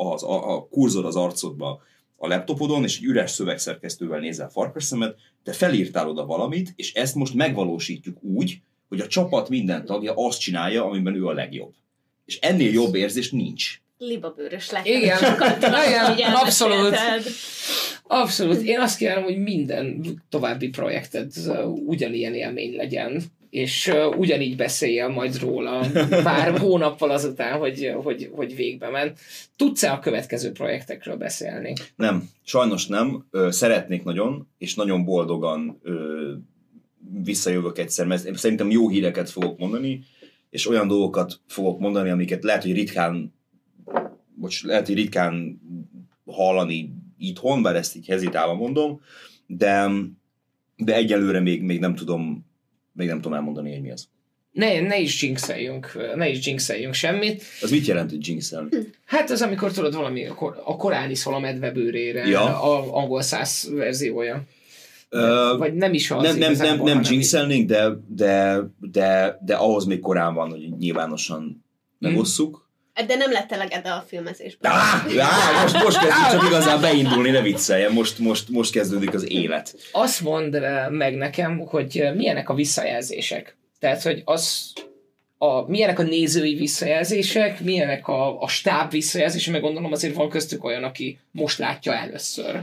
a kurzor az arcodba a laptopodon, és egy üres szövegszerkesztővel nézel farkasszemet, te felírtál oda valamit, és ezt most megvalósítjuk úgy, hogy a csapat minden tagja azt csinálja, amiben ő a legjobb. És ennél jobb érzés nincs. Libabőrös lettem. Igen, abszolút. Abszolút. Én azt kívánom, hogy minden további projekted ugyanilyen élmény legyen, és ugyanígy beszéljél majd róla pár hónappal azután, hogy végbe ment. Tudsz-e a következő projektekről beszélni? Nem, sajnos nem. Szeretnék nagyon, és nagyon boldogan visszajövök egyszer, mert szerintem jó híreket fogok mondani, és olyan dolgokat fogok mondani, amiket lehet, hogy ritkán hallani itthon, bár ezt így hezitálva mondom, de egyelőre még nem tudom elmondani, hogy mi az. Ne is jinxeljünk semmit. Az mit jelent, hogy jinxelni? Hát az, amikor tudod valami, a korán iszol a medvebőrére, a angol száz verziója. Vagy nem is az. Nem jinxelnénk, de ahhoz még korán van, hogy nyilvánosan megosszuk. De nem lett eleged a filmezésben. Most kezdjük csak igazán beindulni, ne vicceljen, most kezdődik az élet. Azt mondd meg nekem, hogy milyenek a visszajelzések. Tehát, hogy milyenek a nézői visszajelzések, milyenek a stáb visszajelzések, meg gondolom azért van köztük olyan, aki most látja először.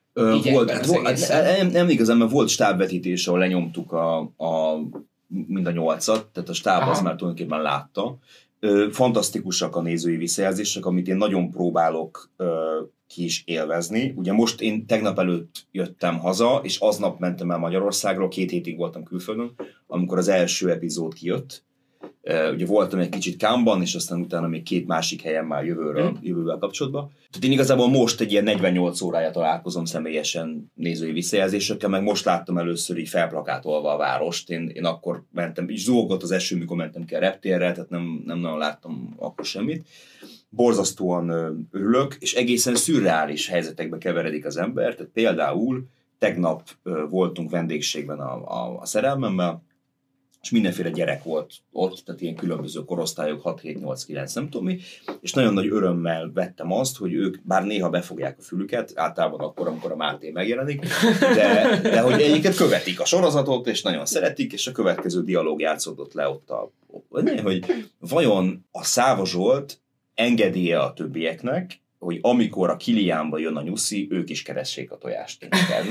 Nem igazán, mert volt stábvetítés, ahol lenyomtuk mind a 8-at, tehát a stáb az már tulajdonképpen látta. Fantasztikusak a nézői visszajelzések, amit én nagyon próbálok ki is élvezni. Ugye most én tegnap előtt jöttem haza, és aznap mentem el Magyarországról, 2 hétig voltam külföldön, amikor az első epizód kijött. Ugye voltam egy kicsit Cannes-ban, és aztán utána még 2 másik helyen már jövővel kapcsolatban. Tehát én igazából most egy ilyen 48 órája találkozom személyesen nézői visszajelzésekkel, meg most láttam először így felplakátolva a várost. Én akkor mentem, és zúgott az eső, mikor mentem ki a reptérre, tehát nem nagyon láttam akkor semmit. Borzasztóan örülök, és egészen szürreális helyzetekbe keveredik az ember. Tehát például tegnap voltunk vendégségben a szerelmemmel, és mindenféle gyerek volt ott, tehát ilyen különböző korosztályok, 6, 7, 8, 9, nem tudom mi, és nagyon nagy örömmel vettem azt, hogy ők bár néha befogják a fülüket, általában akkor, amikor a Máté megjelenik, de hogy egyiket követik a sorozatot, és nagyon szeretik, és a következő dialóg játszódott le ott hogy vajon a Száva Zsolt engedélye a többieknek, hogy amikor a Kiliánba jön a nyuszi, ők is keressék a tojást.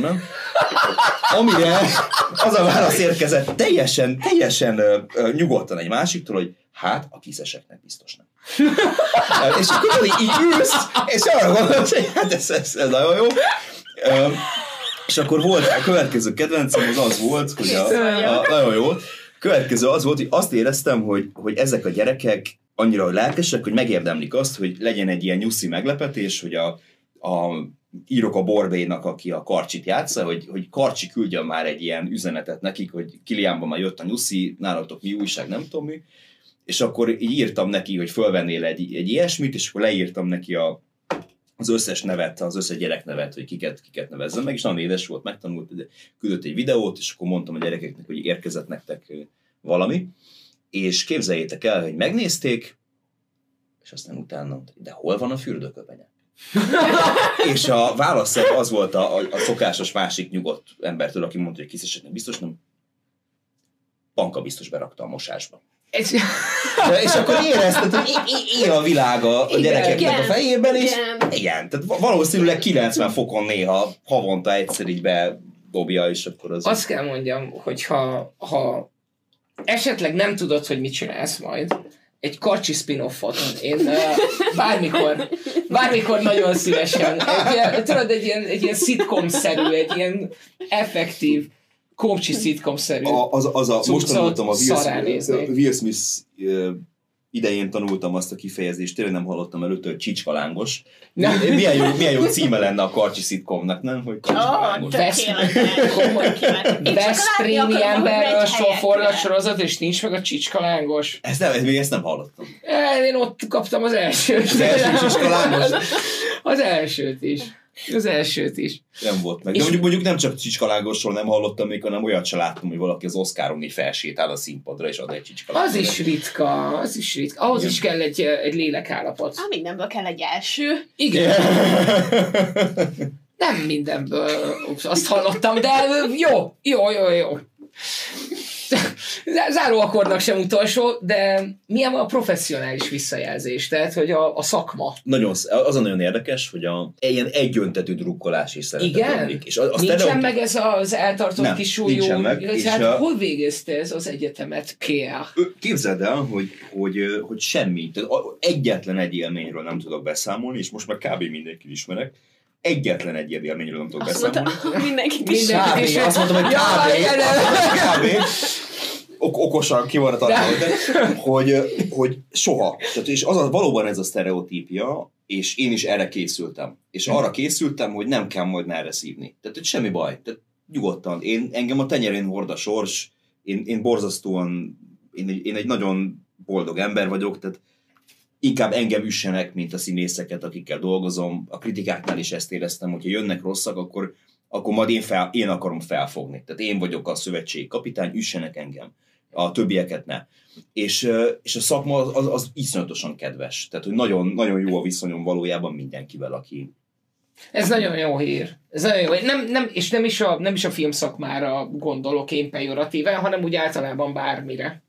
Amire az a válasz érkezett teljesen nyugodtan egy másiktól, hogy hát a kiszeseknek biztos nem. És akkor így ülsz, és arra gondolsz, hogy hát ez nagyon jó. És akkor volt a következő kedvencem, az volt, hogy nagyon jó. Következő az volt, hogy azt éreztem, hogy ezek a gyerekek annyira lelkesek, hogy megérdemlik azt, hogy legyen egy ilyen nyuszi meglepetés, hogy írok a Borbélynak, aki a Karcsit játsza, hogy Karcsi küldjön már egy ilyen üzenetet nekik, hogy Kiliánban már jött a nyuszi, nálatok mi újság, nem tudom mi. És akkor így írtam neki, hogy fölvennél egy ilyesmit, és akkor leírtam neki az összes nevet, az összes gyereknevet, hogy kiket nevezzem meg, és nagyon édes volt, megtanult, küldött egy videót, és akkor mondtam a gyerekeknek, hogy érkezett nektek valami. És képzeljétek el, hogy megnézték, és aztán utána, de hol van a fürdőköpenye? És a válasz az volt a szokásos másik nyugodt embertől, aki mondta, hogy kiszesetnek biztos nem. Panka biztos berakta a mosásba. És akkor érezted, hogy él a világ a gyerekeknek a fejében, és igen, tehát valószínűleg 90 fokon néha havonta egyszer így bedobja, és akkor az... Azt kell mondjam, hogy ha esetleg nem tudod, hogy mit csinálsz majd, egy Karcsi spin-offot. Én bármikor nagyon szívesen. Tudod, egy ilyen szitcom-szerű, egy ilyen effektív, Karcsi szitcom-szerű most tanultam a Will Smith idején tanultam azt a kifejezést, tényleg nem hallottam előtte, hogy csicskalángos. Milyen jó címe lenne a Karcsi szitcomnak, nem? Hogy csicskalángos. Veszprémi emberről forgatsorozat, és nincs meg a csicskalángos. Ezt nem hallottam. Én ott kaptam az elsőt. Az első csicskalányos? Az elsőt is. Nem volt meg. De mondjuk nem csak csicskalángossról nem hallottam még, hanem olyat se láttam, hogy valaki az Oscaron így felsétál a színpadra, és ad egy csicskalángot. Az is ritka. Ahhoz is kell egy lélekállapot. Mindenből kell egy első. Igen. Nem mindenből azt hallottam, de jó. Záróakkordnak sem utolsó, de milyen a professzionális visszajelzés, tehát, hogy a szakma. Az a nagyon érdekes, hogy ilyen egyöntetű drukkolás is szeretett. Igen? Nincsen meg ez az eltartott kis újú. Nincsen meg. Hát hol végezte ez az egyetemet, Pierre? Képzeld el, hogy semmi. Tehát egyetlen egy élményről nem tudok beszámolni, és most már kb. Mindenkit ismerek. Egyetlen egy ilyen élményről nem tudok beszámolni. Mindenkit is. Azt mondtam, hogy kb. Okosan ki van tartva, hogy soha. Tehát, és valóban ez a sztereotípia, és én is erre készültem. És arra készültem, hogy nem kell majd merre szívni. Tehát, hogy semmi baj. Tehát nyugodtan. Engem a tenyerén hord a sors, én borzasztóan, én egy nagyon boldog ember vagyok, tehát inkább engem üssenek, mint a színészeket, akikkel dolgozom. A kritikáknál is ezt éreztem, hogyha jönnek rosszak, akkor majd én akarom felfogni. Tehát én vagyok a szövetségi kapitány, üssenek engem. A többieket ne. És a szakma az iszonyatosan kedves. Tehát, hogy nagyon, nagyon jó a viszonyom valójában mindenkivel, aki... Ez nagyon jó hír. Ez nagyon jó. És nem is a filmszakmára gondolok én pejoratíven, hanem úgy általában bármire.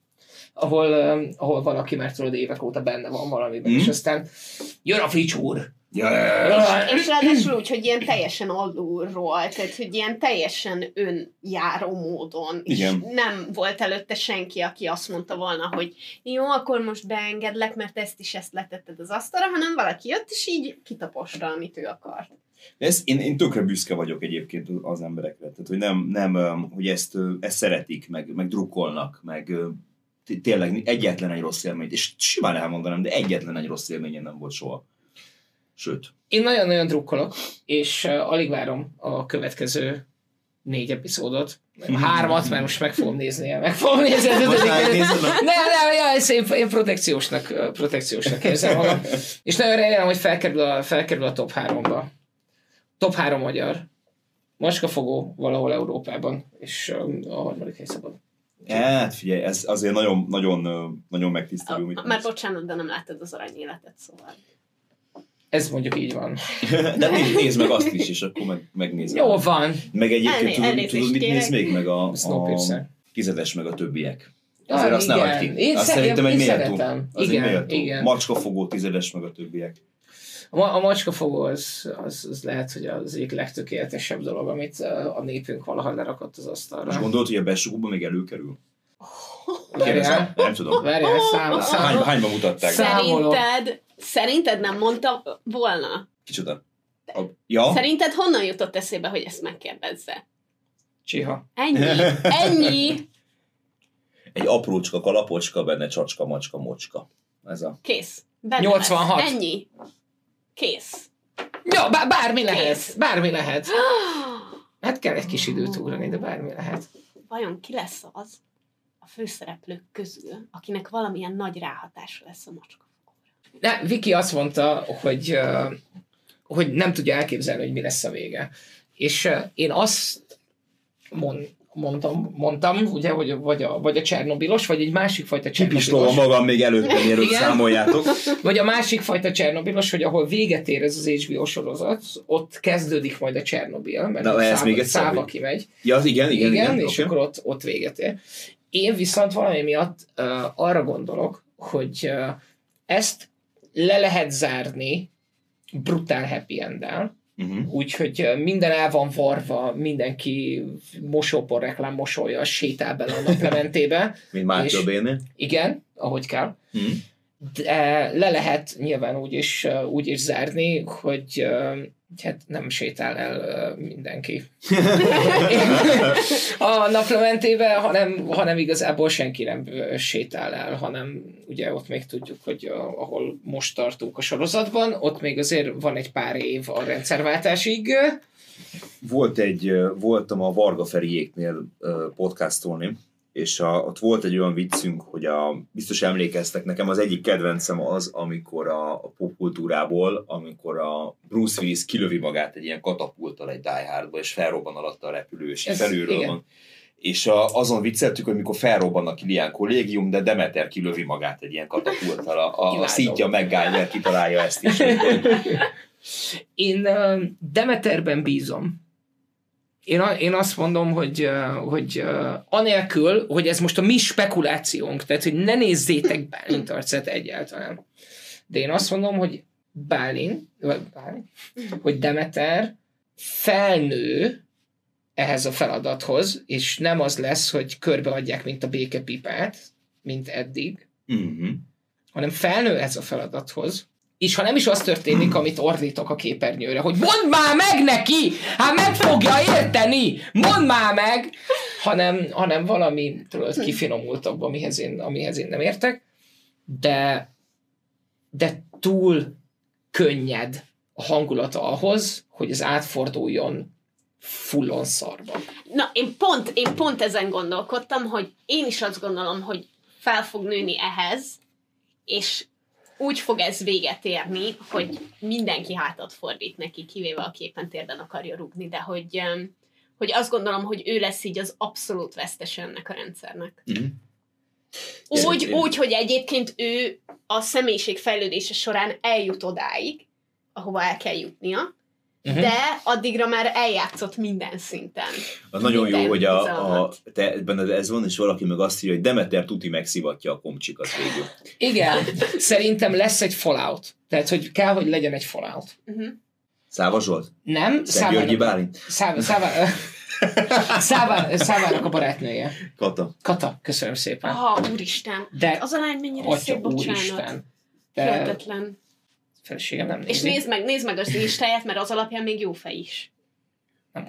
Ahol valaki már tudod évek óta benne van valamiben, és aztán jön a fricsúr. És ráadásul úgy, hogy ilyen teljesen alulról, tehát hogy ilyen teljesen önjáró módon, és nem volt előtte senki, aki azt mondta volna, hogy jó, akkor most beengedlek, mert ezt letetted az asztalra, hanem valaki jött, és így kitaposta, amit ő akart. Én tökre büszke vagyok egyébként az emberekre, tehát hogy nem hogy ezt szeretik, meg drukkolnak, meg tényleg egyetlen egy rossz élmény, és simán elmondanám, de egyetlen egy rossz élményen nem volt soha. Sőt. Én nagyon-nagyon drukkolok, és alig várom a következő 4 epizódot. 3-at, mert most meg fogom nézni. Nem, én protekciósnak érzem magam. És nagyon remélem, hogy felkerül a top 3-ba. Top 3 magyar. Macskafogó valahol Európában, és a harmadik hely szabad. Hát figyelj, ez azért nagyon, nagyon, nagyon megtisztelő. Már bocsánat, de nem láttad az aranyéletet, szóval. Ez mondjuk így van. De nézd meg azt is, és akkor megnézem. Jó van. Meg egyébként tudod mit nézd még? Meg a Tizedes meg a többiek. Azért azt nem hagy ki. Azt szerintem egy méltó. Igen. Macskafogó, Tizedes meg a többiek. A macskafogó az lehet, hogy az egyik legtökéletesebb dolog, amit a népünk valaha lerakott az asztalra. És gondolod, hogy a besugóban még előkerül? Nem tudom. Hányban mutatták? Szerinted nem mondta volna? Kicsoda? Szerinted honnan jutott eszébe, hogy ezt megkérdezze? Csiha. Ennyi. Egy aprócska kalapocska, benne csacska, macska, mocska. Ez a... Kész. 86. Ennyi. Kész. Ja, bármi lehet. Hát kell egy kis időt ugrani, de bármi lehet. Vajon ki lesz az a főszereplők közül, akinek valamilyen nagy ráhatása lesz a macskafogóra? Viki azt mondta, hogy nem tudja elképzelni, hogy mi lesz a vége. És én azt mondtam, ugye, hogy vagy a Csernobilos, vagy egy másik fajta Csernobilos. Kipislom magam még előtt, mielőtt számoljátok. Vagy a másik fajta Csernobilos, hogy ahol véget ér ez az HBO sorozat, ott kezdődik majd a Csernobil, mert a száva kimegy. Ja, igen. És akkor ott véget ér. Én viszont valami miatt arra gondolok, hogy ezt le lehet zárni brutál happy end-del, úgyhogy minden el van varva, mindenki mosópor reklám mosolya, sétál bele a naplementébe. Mint Michael Bay-nél. Igen, ahogy kell. De le lehet nyilván úgy is zárni, hogy hát nem sétál el mindenki a naplementébe, hanem igazából senki nem sétál el, hanem ugye ott még tudjuk, hogy ahol most tartunk a sorozatban, ott még azért van egy pár év a rendszerváltásig. Voltam a Varga Feriéknél podcastolni, és ott volt egy olyan viccünk, hogy biztos emlékeztek, nekem az egyik kedvencem az, amikor a popkultúrából, amikor a Bruce Willis kilövi magát egy ilyen katapulttal egy Die Hardba, és felrobban alatta a repülő, és felülről van. És azon vicceltük, hogy mikor felrobban a Kilián kollégium, de Demeter kilövi magát egy ilyen katapulttal. A szítja MacGyver kitalálja ezt is. Én Demeterben bízom. Én azt mondom, hogy anélkül, hogy ez most a mi spekulációnk, tehát hogy ne nézzétek Bálint arcát egyáltalán. De én azt mondom, hogy hogy Demeter felnő ehhez a feladathoz, és nem az lesz, hogy körbeadják, mint a békepipát, mint eddig, hanem felnő ez a feladathoz, és ha nem is az történik, amit ordítok a képernyőre, hogy mondd már meg neki! Hát meg fogja érteni! Mondd már meg! Hanem valami kifinomultabb, amihez én nem értek, de túl könnyed a hangulata ahhoz, hogy ez átforduljon fullon szarba. Na, én pont ezen gondolkodtam, hogy én is azt gondolom, hogy fel fog nőni ehhez, és úgy fog ez véget érni, hogy mindenki hátat fordít neki, kivéve aki éppen térden akarja rúgni, de hogy azt gondolom, hogy ő lesz így az abszolút vesztese ennek a rendszernek. Úgy, hogy egyébként ő a személyiség fejlődése során eljut odáig, ahova el kell jutnia, de addigra már eljátszott minden szinten. Az nagyon jó, hogy te benned ez van, és valaki meg azt írja, hogy Demeter tuti megszivatja a komcsikat végül. Igen, szerintem lesz egy Fallout. Tehát, hogy kell, hogy legyen egy Fallout. Száva Zsolt? Nem, Györgyi Bálint? Szávának a barátnője. Kata, köszönöm szépen. Úristen. De az a lány mennyire szép, bocsánat. Hihetetlen. Feleségem nem nézi. És nézd meg az listáját, mert az alapján még jó fej is. Nem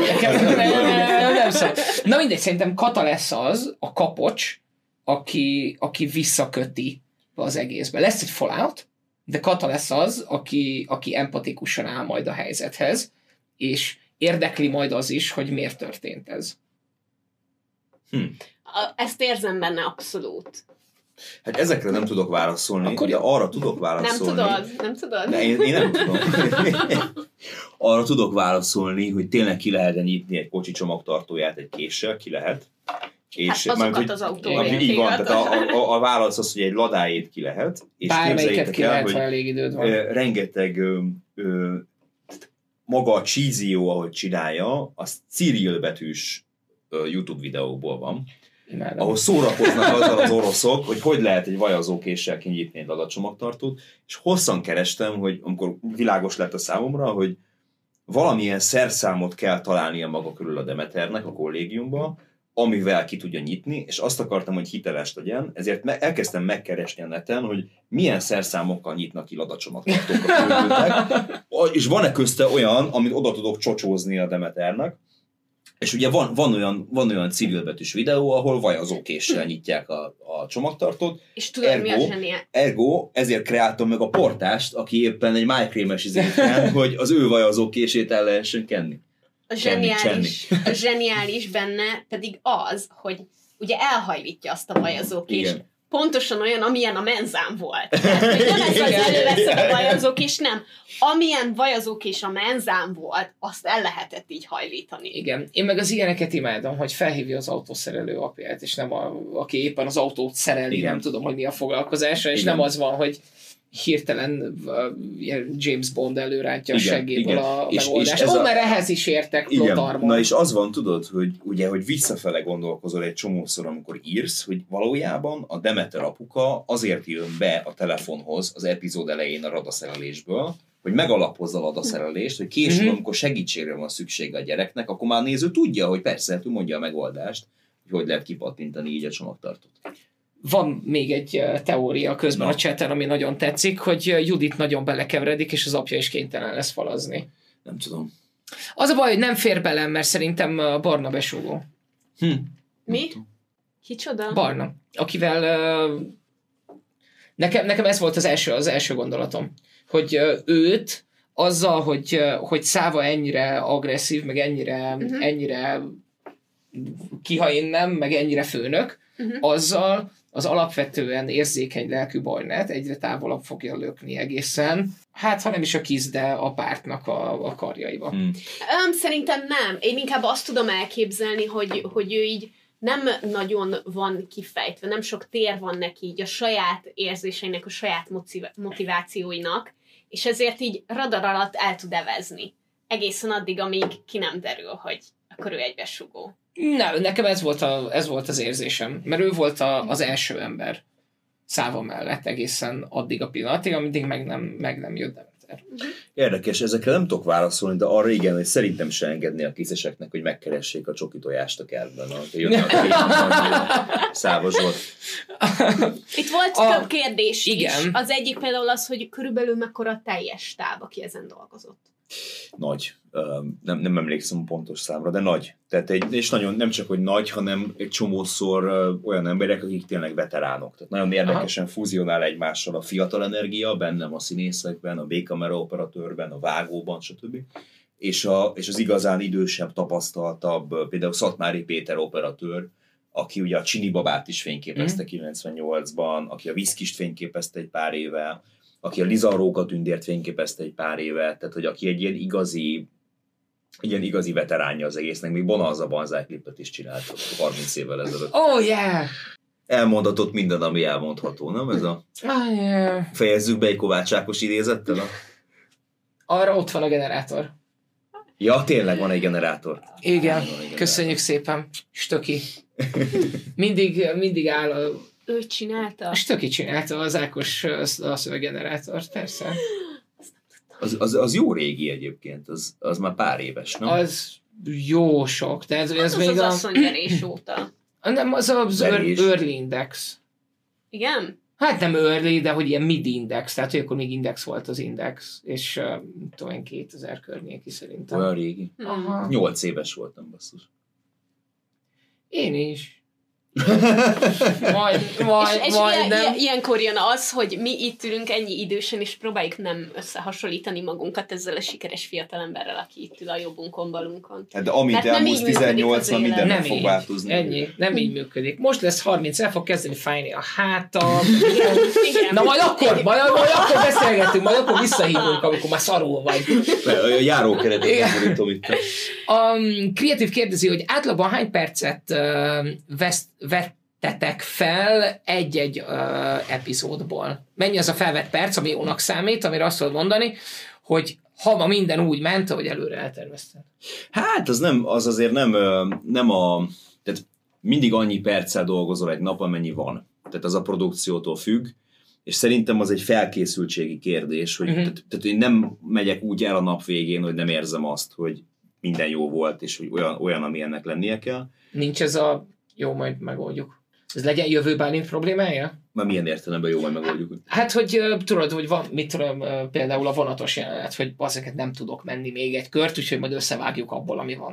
szó. Na mindegy, szerintem Kata lesz az, a kapocs, aki visszaköti az egészbe. Lesz egy Fallout, de Kata lesz az, aki empatikusan áll majd a helyzethez, és érdekli majd az is, hogy miért történt ez. Ezt érzem benne abszolút. Hát ezekre nem tudok válaszolni, de arra tudok válaszolni. Nem tudod? De én nem tudom. Arra tudok válaszolni, hogy tényleg ki lehet nyitni egy kocsi csomagtartóját egy késsel, ki lehet. És hát azokat az autóját. Így van, tehát a válasz az, hogy egy ladájét ki lehet. És bármelyiket ki lehet, ha elég időd van. Rengeteg maga a Cheesio, ahogy csinálja, az Cyril betűs YouTube videóból van. Imádom. Ahol szórakoznak azzal az oroszok, hogy lehet egy vajazókéssel kinyitni egy adatcsomagtartót, és hosszan kerestem, hogy amikor világos lett a számomra, hogy valamilyen szerszámot kell találnia maga körül a Demeternek a kollégiumban, amivel ki tudja nyitni, és azt akartam, hogy hiteles legyen, ezért elkezdtem megkeresni a neten, hogy milyen szerszámokkal nyitnak ki adatcsomagtartókat, és van-e közte olyan, amit oda tudok csocsózni a Demeternek. És ugye van olyan civilbetűs videó, ahol vajazókéssel nyitják a a csomagtartót. És tudod, mi a zseniál? Ergo, ezért kreáltam meg a portást, aki éppen egy májkrémes izéken, hogy az ő vajazókését el lehessen kenni. A zseniális benne pedig az, hogy ugye elhajlítja azt a vajazókést. Pontosan olyan, amilyen a menzán volt. Tehát, hogy nem ez az előveszed a vajazókés, nem. Amilyen vajazókés a menzán volt, azt el lehetett így hajlítani. Igen. Én meg az ilyeneket imádom, hogy felhívja az autószerelő apját, és nem aki éppen az autót szereli, nem tudom, hogy mi a foglalkozása, és nem az van, hogy hirtelen James Bond előrántja a seggéből a megoldást. Mert ehhez is értek plotarmon. Na és az van, tudod, hogy visszafele gondolkozol egy csomószor, amikor írsz, hogy valójában a Demeter apuka azért jön be a telefonhoz az epizód elején a radaszerelésből, hogy megalapozza a radaszerelést, hogy később, amikor segítségre van szüksége a gyereknek, akkor már a néző tudja, hogy persze, ő mondja a megoldást, hogy lehet kipattintani így a csomagtartót. Van még egy teória közben a chaten, ami nagyon tetszik, hogy Judit nagyon belekeveredik, és az apja is kénytelen lesz falazni. Nem tudom. Az a baj, hogy nem fér bele, mert szerintem Barna besúgó. Mi? Kicsoda? Barna. Akivel... Nekem ez volt az első gondolatom. Hogy őt azzal, hogy Száva ennyire agresszív, meg ennyire kihainnem, meg ennyire főnök, azzal az alapvetően érzékeny lelkű Barnett egyre távolabb fogja lökni egészen. Hát, ha nem is a Kiss, de a pártnak a karjaiba. Szerintem nem. Én inkább azt tudom elképzelni, hogy ő így nem nagyon van kifejtve, nem sok tér van neki így a saját érzéseinek, a saját motivációinak, és ezért így radar alatt el tud evezni. Egészen addig, amíg ki nem derül, hogy akkor ő egy besugó. Nem, nekem ez volt az érzésem, mert ő volt az első ember Száva mellett egészen addig a pillanatig, amíg meg nem jött Demeter. Érdekes, ezekre nem tudok válaszolni, de arra igen, hogy szerintem se engedni a kiszeseknek, hogy megkeressék a csoki tojást a kertben. Száva Zsolt. Itt volt több kérdés igen. is. Az egyik például az, hogy körülbelül mekkora a teljes stáb, aki ezen dolgozott. Nagy. Nem emlékszem a pontos számra, de nagy. Tehát és nagyon nem csak, hogy nagy, hanem egy csomószor olyan emberek, akik tényleg veteránok. Tehát nagyon érdekesen fúzionál egymással a fiatal energia, bennem a színészekben, a B-kamera operatőrben, a vágóban, stb. És az igazán idősebb, tapasztaltabb, például Szatmári Péter operatőr, aki ugye a Csini babát is fényképezte 98-ban, aki a Viszkist fényképezte egy pár éve, aki a Liza Róka tündért fényképezte egy pár éve, tehát hogy aki egy ilyen igazi veteránja az egésznek, még Bonanza Banzai klipet is csinált 30 évvel ezelőtt. Oh yeah! Elmondatott minden, ami elmondható, nem? Ez a... yeah. Fejezzük be egy Kovács Ákos idézettel? Arra ott van a generátor. Ja, tényleg van egy generátor. Igen, köszönjük szépen. Stöki. Mindig áll Ő csinálta? Stöki csinálta az Ákos a szöveggenerátort, persze. Az jó régi egyébként, az már pár éves, nem? Az jó sok. Tehát az még az asszonyverés óta. Nem, az early index. Igen? Hát nem early, de hogy ilyen mid index, tehát hogy akkor még index volt az index, és tudom 2000 környéki szerintem. Olyan régi? Aha. 8 éves voltam, basszus. Én is. És ilyenkor jön az, hogy mi itt ülünk ennyi idősen, és próbáljuk nem összehasonlítani magunkat ezzel a sikeres fiatalemberrel, aki itt ül a jobbunkon, balunkon. Hát de amit elmúlsz 18-ban, minden nem fog változni. Ennyi, nem így működik. Most lesz 30, el fog kezdeni fájni a hátam. Na majd akkor beszélgetünk, majd akkor visszahívunk, amikor már szarul vagy. A járókeretet borítom itt. A kreatív kérdezi, hogy átlagban hány percet vettetek fel egy-egy epizódból? Mennyi az a felvett perc, ami jónak számít, amire azt tudod mondani, hogy ha ma minden úgy ment, ahogy előre eltervezted? Hát az azért nem tehát mindig annyi perccel dolgozol egy nap, amennyi van. Tehát az a produkciótól függ, és szerintem az egy felkészültségi kérdés, hogy tehát én nem megyek úgy el a nap végén, hogy nem érzem azt, hogy minden jó volt, és hogy olyan ami ennek lennie kell. Nincs ez a jó, majd megoldjuk. Ez legyen jövőbálint problémája? Már milyen értelemben jó, majd megoldjuk? Hát, hogy tudod, hogy van, mit tudom, például a vonatos jelenet, hogy azért nem tudok menni még egy kört, úgyhogy majd összevágjuk abból, ami van.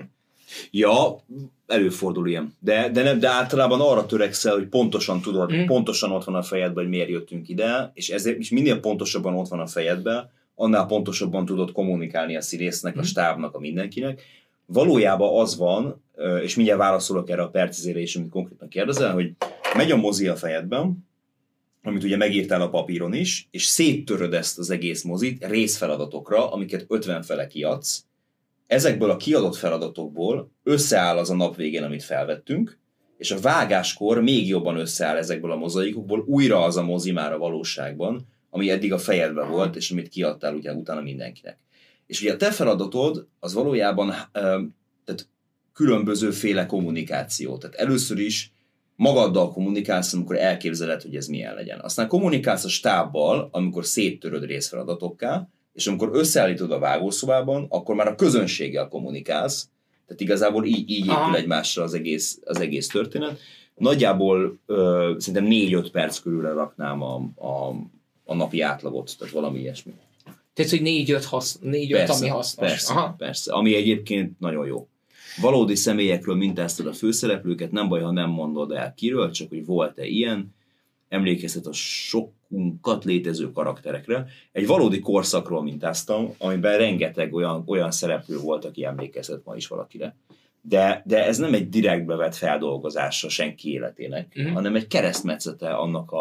Ja, előfordul ilyen. De általában arra törekszel, hogy pontosan tudod, pontosan ott van a fejedben, hogy miért jöttünk ide, és ezért is minél pontosabban ott van a fejedben, annál pontosabban tudod kommunikálni a színésznek, a stábnak, a mindenkinek. Valójában az van, és mindjárt válaszolok erre a percizére is, amit konkrétan kérdezel, hogy megy a mozi a fejedben, amit ugye megírtál a papíron is, és széttöröd ezt az egész mozit részfeladatokra, amiket 50 fele kiadsz. Ezekből a kiadott feladatokból összeáll az a nap végén, amit felvettünk, és a vágáskor még jobban összeáll ezekből a mozaikokból újra az a mozi már a valóságban, ami eddig a fejedben volt, és amit kiadtál ugye utána mindenkinek. És ugye a te feladatod az valójában tehát különbözőféle kommunikáció. Tehát először is magaddal kommunikálsz, amikor elképzeled, hogy ez milyen legyen. Aztán kommunikálsz a stábbal, amikor széttöröd részfeladatokká, és amikor összeállítod a vágószobában, akkor már a közönséggel kommunikálsz. Tehát igazából így épül egymásra az egész történet. Nagyjából szerintem 4-5 perc körülre raknám a napi átlagot, tehát valami ilyesmi. Tehát, hogy 4-5 ami hasznos. Persze. Ami egyébként nagyon jó. Valódi személyekről mintáztad a főszereplőket, nem baj, ha nem mondod el kiről, csak hogy volt-e ilyen, emlékeztet a sokunkat létező karakterekre. Egy valódi korszakról mintáztam, amiben rengeteg olyan szereplő volt, aki emlékeztet ma is valakire. De ez nem egy direktbe vett feldolgozása senki életének, hanem egy keresztmetszete annak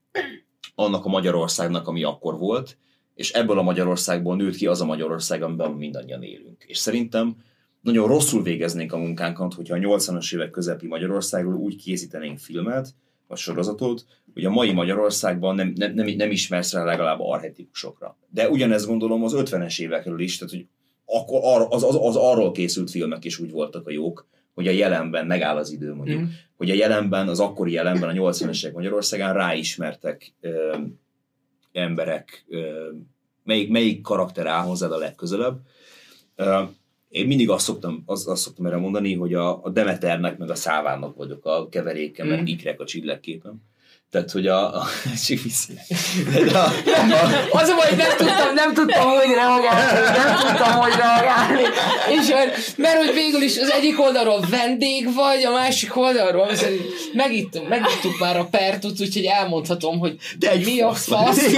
a Magyarországnak, ami akkor volt, és ebből a Magyarországból nőtt ki az a Magyarország, amiben mindannyian élünk. És szerintem nagyon rosszul végeznénk a munkánkat, hogyha a 80-as évek közepi Magyarországról úgy készítenénk filmet, vagy sorozatot, hogy a mai Magyarországban nem ismersz rá legalább archetipusokra. De ugyanezt gondolom az 50-es évekről is, tehát hogy akkor az arról készült filmek is úgy voltak a jók, hogy a jelenben megáll az idő mondjuk, hogy a jelenben, az akkori jelenben, a 80-es évek Magyarországán ráismertek emberek, melyik karakter áll hozzád a legközelebb. Én mindig azt szoktam erre mondani, hogy a Demeternek meg a Szávának vagyok a keveréke, meg ikrek a csillagképen. Tehát, hogy az a baj, nem tudtam, hogy reagálni. És mert hogy végül is az egyik oldalról vendég vagy, a másik oldalról megittuk már a pertut, úgyhogy elmondhatom, hogy de mi a fasz.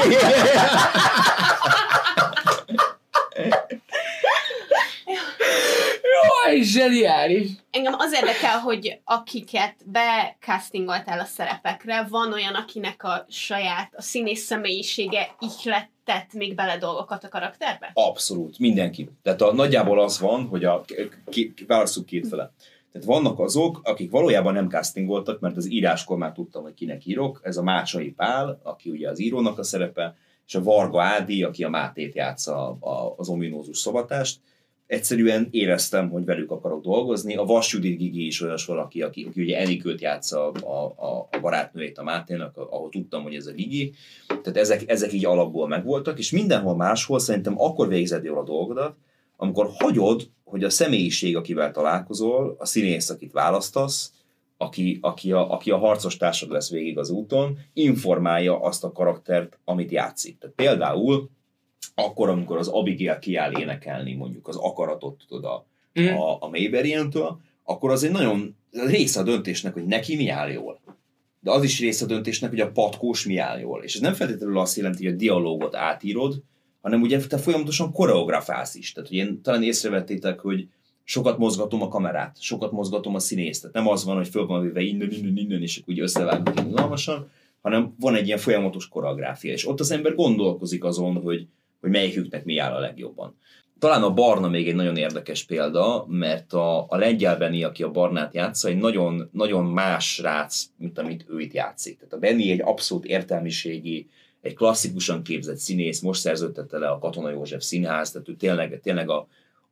Jaj, zseniális! Engem az érdekel, hogy akiket becastingoltál a szerepekre, van olyan, akinek a színész személyisége ihletett még bele dolgokat a karakterbe? Abszolút, mindenki. Tehát nagyjából az van, hogy válasszuk kétfele. Tehát vannak azok, akik valójában nem castingoltak, mert az íráskor már tudtam, hogy kinek írok. Ez a Mácsai Pál, aki ugye az írónak a szerepe, és a Varga Ádi, aki a Mátét játsza az ominózus szobatást. Egyszerűen éreztem, hogy velük akarok dolgozni. A Vas Judit Gigi is olyas valaki, aki ugye Enikőt játsza a barátnőjét a Máténak, ahol tudtam, hogy ez a Gigi. Tehát ezek így alapból megvoltak, és mindenhol máshol szerintem akkor végzed jól a dolgodat, amikor hagyod, hogy a személyiség, akivel találkozol, a színész, akit választasz, aki a harcos társad lesz végig az úton, informálja azt a karaktert, amit játszik. Tehát például akkor, amikor az Abigail kiáll énekelni mondjuk az akaratot, tudod, a Mayberian-től, akkor az egy nagyon része a döntésnek, hogy neki mi áll jól. De az is része a döntésnek, hogy a patkós mi áll jól. És ez nem feltétlenül azt jelenti, hogy a dialógot átírod, hanem ugye te folyamatosan koreografálsz is. Tehát, hogy én talán észrevettétek, hogy sokat mozgatom a kamerát, sokat mozgatom a színészt. Tehát nem az van, hogy föl van véve innen, és akkor úgy összevágunk unalmasan, hanem van egy ilyen folyamatos koreográfia. És ott az ember gondolkozik azon, hogy melyiküknek mi áll a legjobban. Talán a Barna még egy nagyon érdekes példa, mert a Lengyel Benni, aki a Barnát játsza, egy nagyon, nagyon más srác, mint amit ő itt játszik. Tehát a Benni egy abszolút értelmiségi, egy klasszikusan képzett színész, most szerződtette le a Katona József Színház, tehát ő tényleg a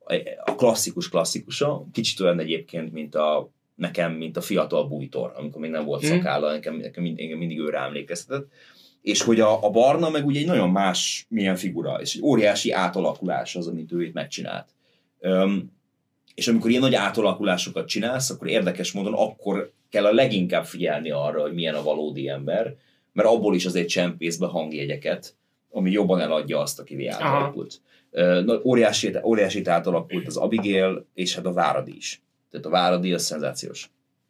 klasszikusa, kicsit olyan egyébként, mint a fiatal Bújtor, amikor még nem volt szakálla, nekem mindig őre emlékeztetett. És hogy a Barna meg ugye egy nagyon más milyen figura, és egy óriási átalakulás az, amit ő itt megcsinált. És amikor ilyen nagy átalakulásokat csinálsz, akkor érdekes módon akkor kell a leginkább figyelni arra, hogy milyen a valódi ember, mert abból is azért csempész be hangjegyeket, ami jobban eladja azt, aki átalakult. Óriási átalakult az Abigail, és hát a Váradi is. Tehát a Váradi az szenzációs.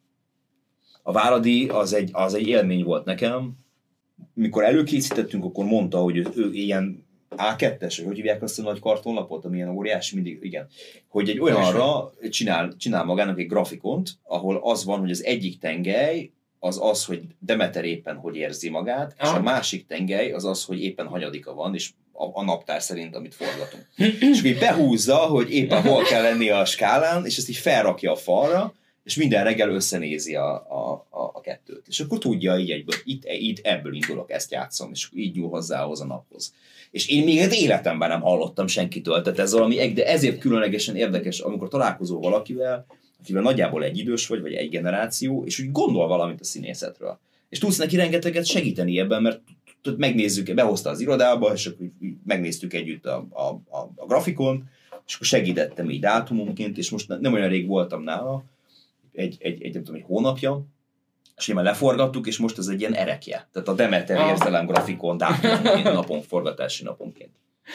A Váradi az egy élmény volt nekem. Mikor előkészítettünk, akkor mondta, hogy ő ilyen A2-es, hogy hívják azt a nagy kartonlapot, ami ilyen óriási, mindig, igen. Hogy egy olyanra csinál magának egy grafikont, ahol az van, hogy az egyik tengely az, hogy Demeter éppen hogy érzi magát, és a másik tengely az, hogy éppen hanyadika van, és a naptár szerint, amit forgatunk. És így behúzza, hogy éppen hol kell lennie a skálán, és ezt így felrakja a falra, és minden reggel összenézi a kettőt. És akkor tudja így egyből, itt ebből indulok, ezt játszom, és így nyúl hozzá ahhoz a naphoz. És én még egy életemben nem hallottam senkitől, tehát ez valami, de ezért különlegesen érdekes, amikor találkozol valakivel, akivel nagyjából egy idős vagy egy generáció, és úgy gondol valamit a színészetről. És tudsz neki rengeteget segíteni ebben, mert megnézzük, behozta az irodába, és akkor megnéztük együtt a grafikon, és akkor segítettem így dátumonként, és most nem olyan rég voltam nála, nem tudom, egy hónapja, és én már leforgattuk, és most ez egy ilyen erekje. Tehát a Demeter érzelem grafikon dátumonként, forgatási naponként.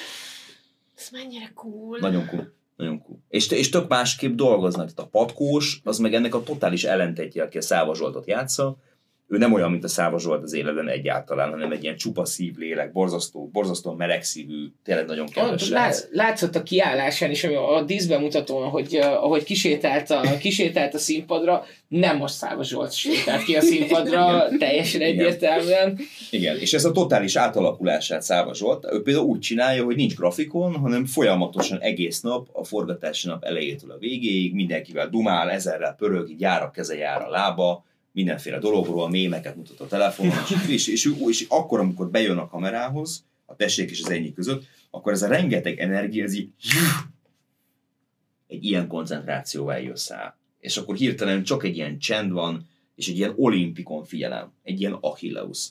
Ez mennyire cool. Nagyon cool. Nagyon cool. És tök másképp dolgoznak. Tehát a Patkós, az meg ennek a totális ellentétje, aki a Száva Zsoltot játsza. Ő nem olyan, mint a Száva Zsolt az életben egyáltalán, hanem egy ilyen csupa szívlélek, borzasztó melegszívű, tényleg nagyon kedves. Látszott a kiállásán is, a díszbemutatón, hogy ahogy kisétált a színpadra, nem most Száva Zsolt sétált ki a színpadra, teljesen egyértelműen. Igen, és ez a totális átalakulását Száva Zsolt, ő például úgy csinálja, hogy nincs grafikon, hanem folyamatosan egész nap, a forgatási nap elejétől a végéig, mindenkivel dumál, ezerrel pörög, így jár a keze, jár a lába, mindenféle dologról, mémeket mutat a telefonon, és akkor, amikor bejön a kamerához, a tessék és az ennyi között, akkor ez a rengeteg energia, ez így egy ilyen koncentrációval jössz el. És akkor hirtelen csak egy ilyen csend van, és egy ilyen olimpikon figyelem, egy ilyen Achilleus.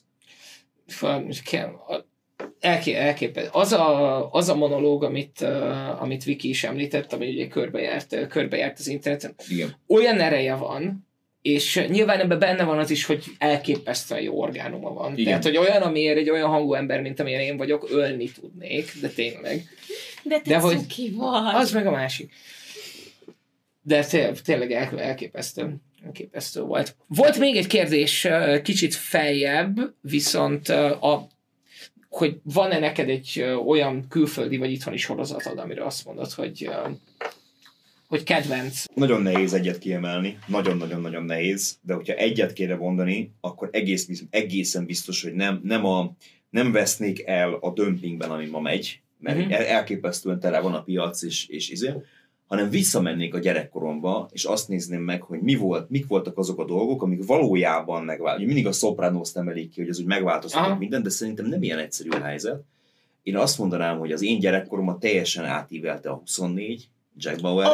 Elképesztő. Az a monológ, amit Viki is említett, ami ugye körbejárt az interneten, igen. Olyan ereje van, és nyilván ebben benne van az is, hogy elképesztően jó orgánuma van. Igen. Tehát, hogy olyan, amiért egy olyan hangú ember, mint amilyen én vagyok, ölni tudnék, de tényleg. De te cuki vagy. Az meg a másik. De tényleg elképesztő volt. Volt még egy kérdés kicsit feljebb, viszont hogy van-e neked egy olyan külföldi vagy itthoni sorozatod, amire azt mondod, hogy kedvenc. Nagyon nehéz egyet kiemelni, nagyon-nagyon-nagyon nehéz, de hogyha egyet kéne mondani, akkor egészen biztos, hogy nem vesznék el a dömpingben, ami ma megy, mert elképesztően tele van a piac, hanem visszamennék a gyerekkoromba, és azt nézném meg, hogy mik voltak azok a dolgok, amik valójában megváltoztak. Mindig a Sopranos emelik ki, hogy ez úgy megváltoztatott minden, de szerintem nem ilyen egyszerű a helyzet. Én azt mondanám, hogy az én gyerekkoromat teljesen átívelte a 24, Jack Bauer,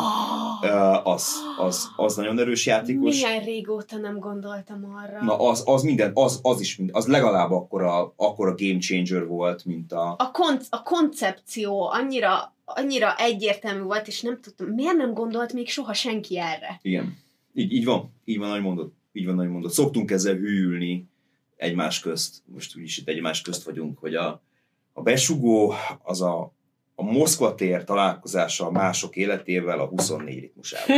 az nagyon erős játékos. Milyen régóta nem gondoltam arra. Na az legalább akkora game changer volt, mint a koncepció annyira egyértelmű volt, és nem tudtam, miért nem gondolt még soha senki erre? Igen. Így van, ahogy mondod. Szoktunk ezzel hűlni egymás közt, most úgyis itt egymás közt vagyunk, hogy a besugó az a Moszkva tér találkozása a mások életével a 24 ritmusával.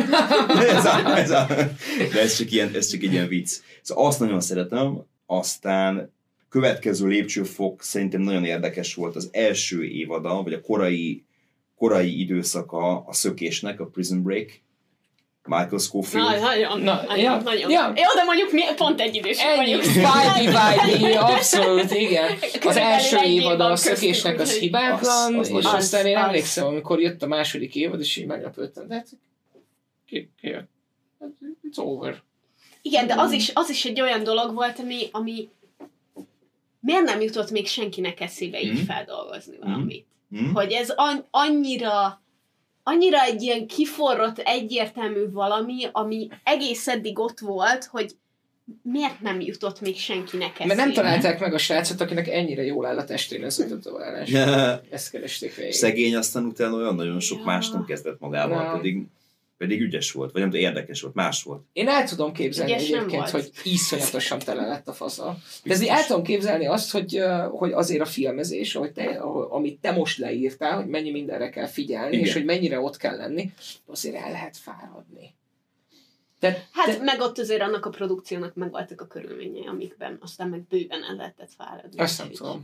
De ez csak egy ilyen vicc. Szóval azt nagyon szeretem, aztán következő lépcsőfok szerintem nagyon érdekes volt az első évada, vagy a korai időszaka a Szökésnek, a Prison Break, Michael Scofield. Nagyon. Jó, de mondjuk mi pont egy idősek vagyunk. Spidey, abszolút, igen. Az első évad a Szökésnek az hibátlan, és aztán én emlékszem, amikor jött a második évad, és így meglepődtem. De hát, it's over. Igen, de az is egy olyan dolog volt, ami miért nem jutott még senkinek eszébe így feldolgozni valamit. Hogy ez annyira egy ilyen kiforrott, egyértelmű valami, ami egész eddig ott volt, hogy miért nem jutott még senkinek eszébe. Mert nem találták meg a srácot, akinek ennyire jól áll a testén ez a tetoválás. Ezt keresték végig. Szegény aztán utána olyan nagyon sok más nem kezdett magával, pedig ügyes volt, vagy nem tudom, érdekes volt, más volt. Én el tudom képzelni egyébként, hogy iszonyatosan tele lett a fasza. De ezért el tudom képzelni azt, hogy azért a filmezés, amit te most leírtál, hogy mennyi mindenre kell figyelni, igen, és hogy mennyire ott kell lenni, azért el lehet fáradni. Hát meg ott azért annak a produkciónak megvoltak a körülményei, amikben aztán meg bőven el lehetett fáradni. Azt nem tudom.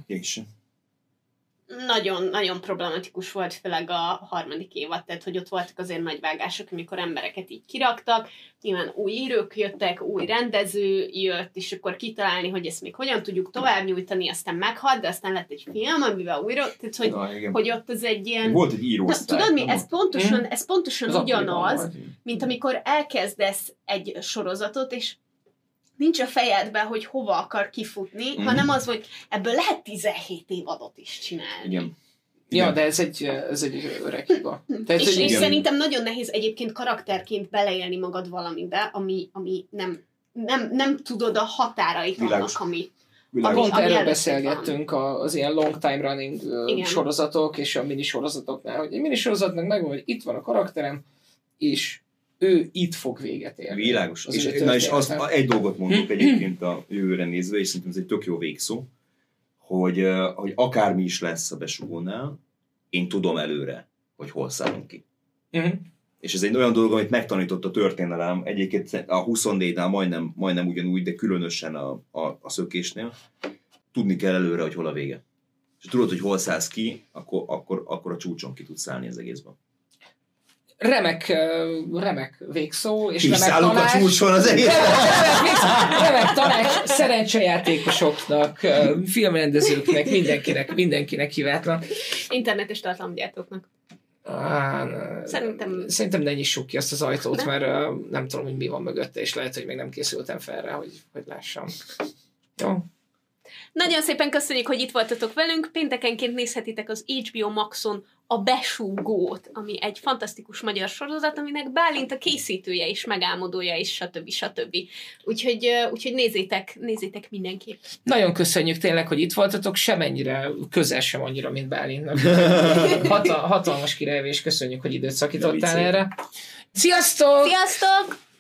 Nagyon problematikus volt, főleg a harmadik évad, tehát hogy ott voltak azért nagy vágások, amikor embereket így kiraktak, nyilván új írók jöttek, új rendező jött, és akkor kitalálni, hogy ezt még hogyan tudjuk tovább nyújtani, aztán meghalt, de aztán lett egy film, amivel újra, tehát hogy ott az egy ilyen... Volt egy íróosztály. Tudod mi, ez pontosan ugyanaz, mint amikor elkezdesz egy sorozatot, és nincs a fejedben, hogy hova akar kifutni, hanem az, hogy ebből lehet 17 évadot is csinálni. Igen. Ja, de ez egy öreg hiba. És szerintem nagyon nehéz egyébként karakterként beleélni magad valamibe, ami nem tudod a határait annak, ami pont erről beszélgettünk az ilyen long time running sorozatok és a minisorozatoknál, hogy egy minisorozatnak megvan, hogy itt van a karakterem, és ő itt fog véget érni. Világos. És egy dolgot mondok egyébként a jövőre nézve, és szerintem ez egy tök jó végszó, hogy akármi is lesz a besugónál, én tudom előre, hogy hol szállunk ki. És ez egy olyan dolog, amit megtanított a történelem, egyébként a 24-nál majdnem ugyanúgy, de különösen a szökésnél. Tudni kell előre, hogy hol a vége. És tudod, hogy hol szállsz ki, akkor a csúcson ki tudsz szállni az egészben. Remek végszó, és remek tanács. A csúcson az egész. Remek tanács szerencsejátékosoknak, filmrendezőknek, mindenkinek hibátlan. Internetes tartalomgyártóknak. Szerintem ne nyissuk ki azt az ajtót, mert nem tudom, hogy mi van mögötte, és lehet, hogy még nem készültem fel rá, hogy lássam. Jó. Nagyon szépen köszönjük, hogy itt voltatok velünk. Péntekenként nézhetitek az HBO Maxon a Besúgót, ami egy fantasztikus magyar sorozat, aminek Bálint a készítője is, megálmodója is, stb. Úgyhogy nézzétek mindenképp. Nagyon köszönjük tényleg, hogy itt voltatok, semennyire, közel sem annyira, mint Bálintnak. Hatalmas királyvés, köszönjük, hogy időt szakítottál erre. Sziasztok! Sziasztok!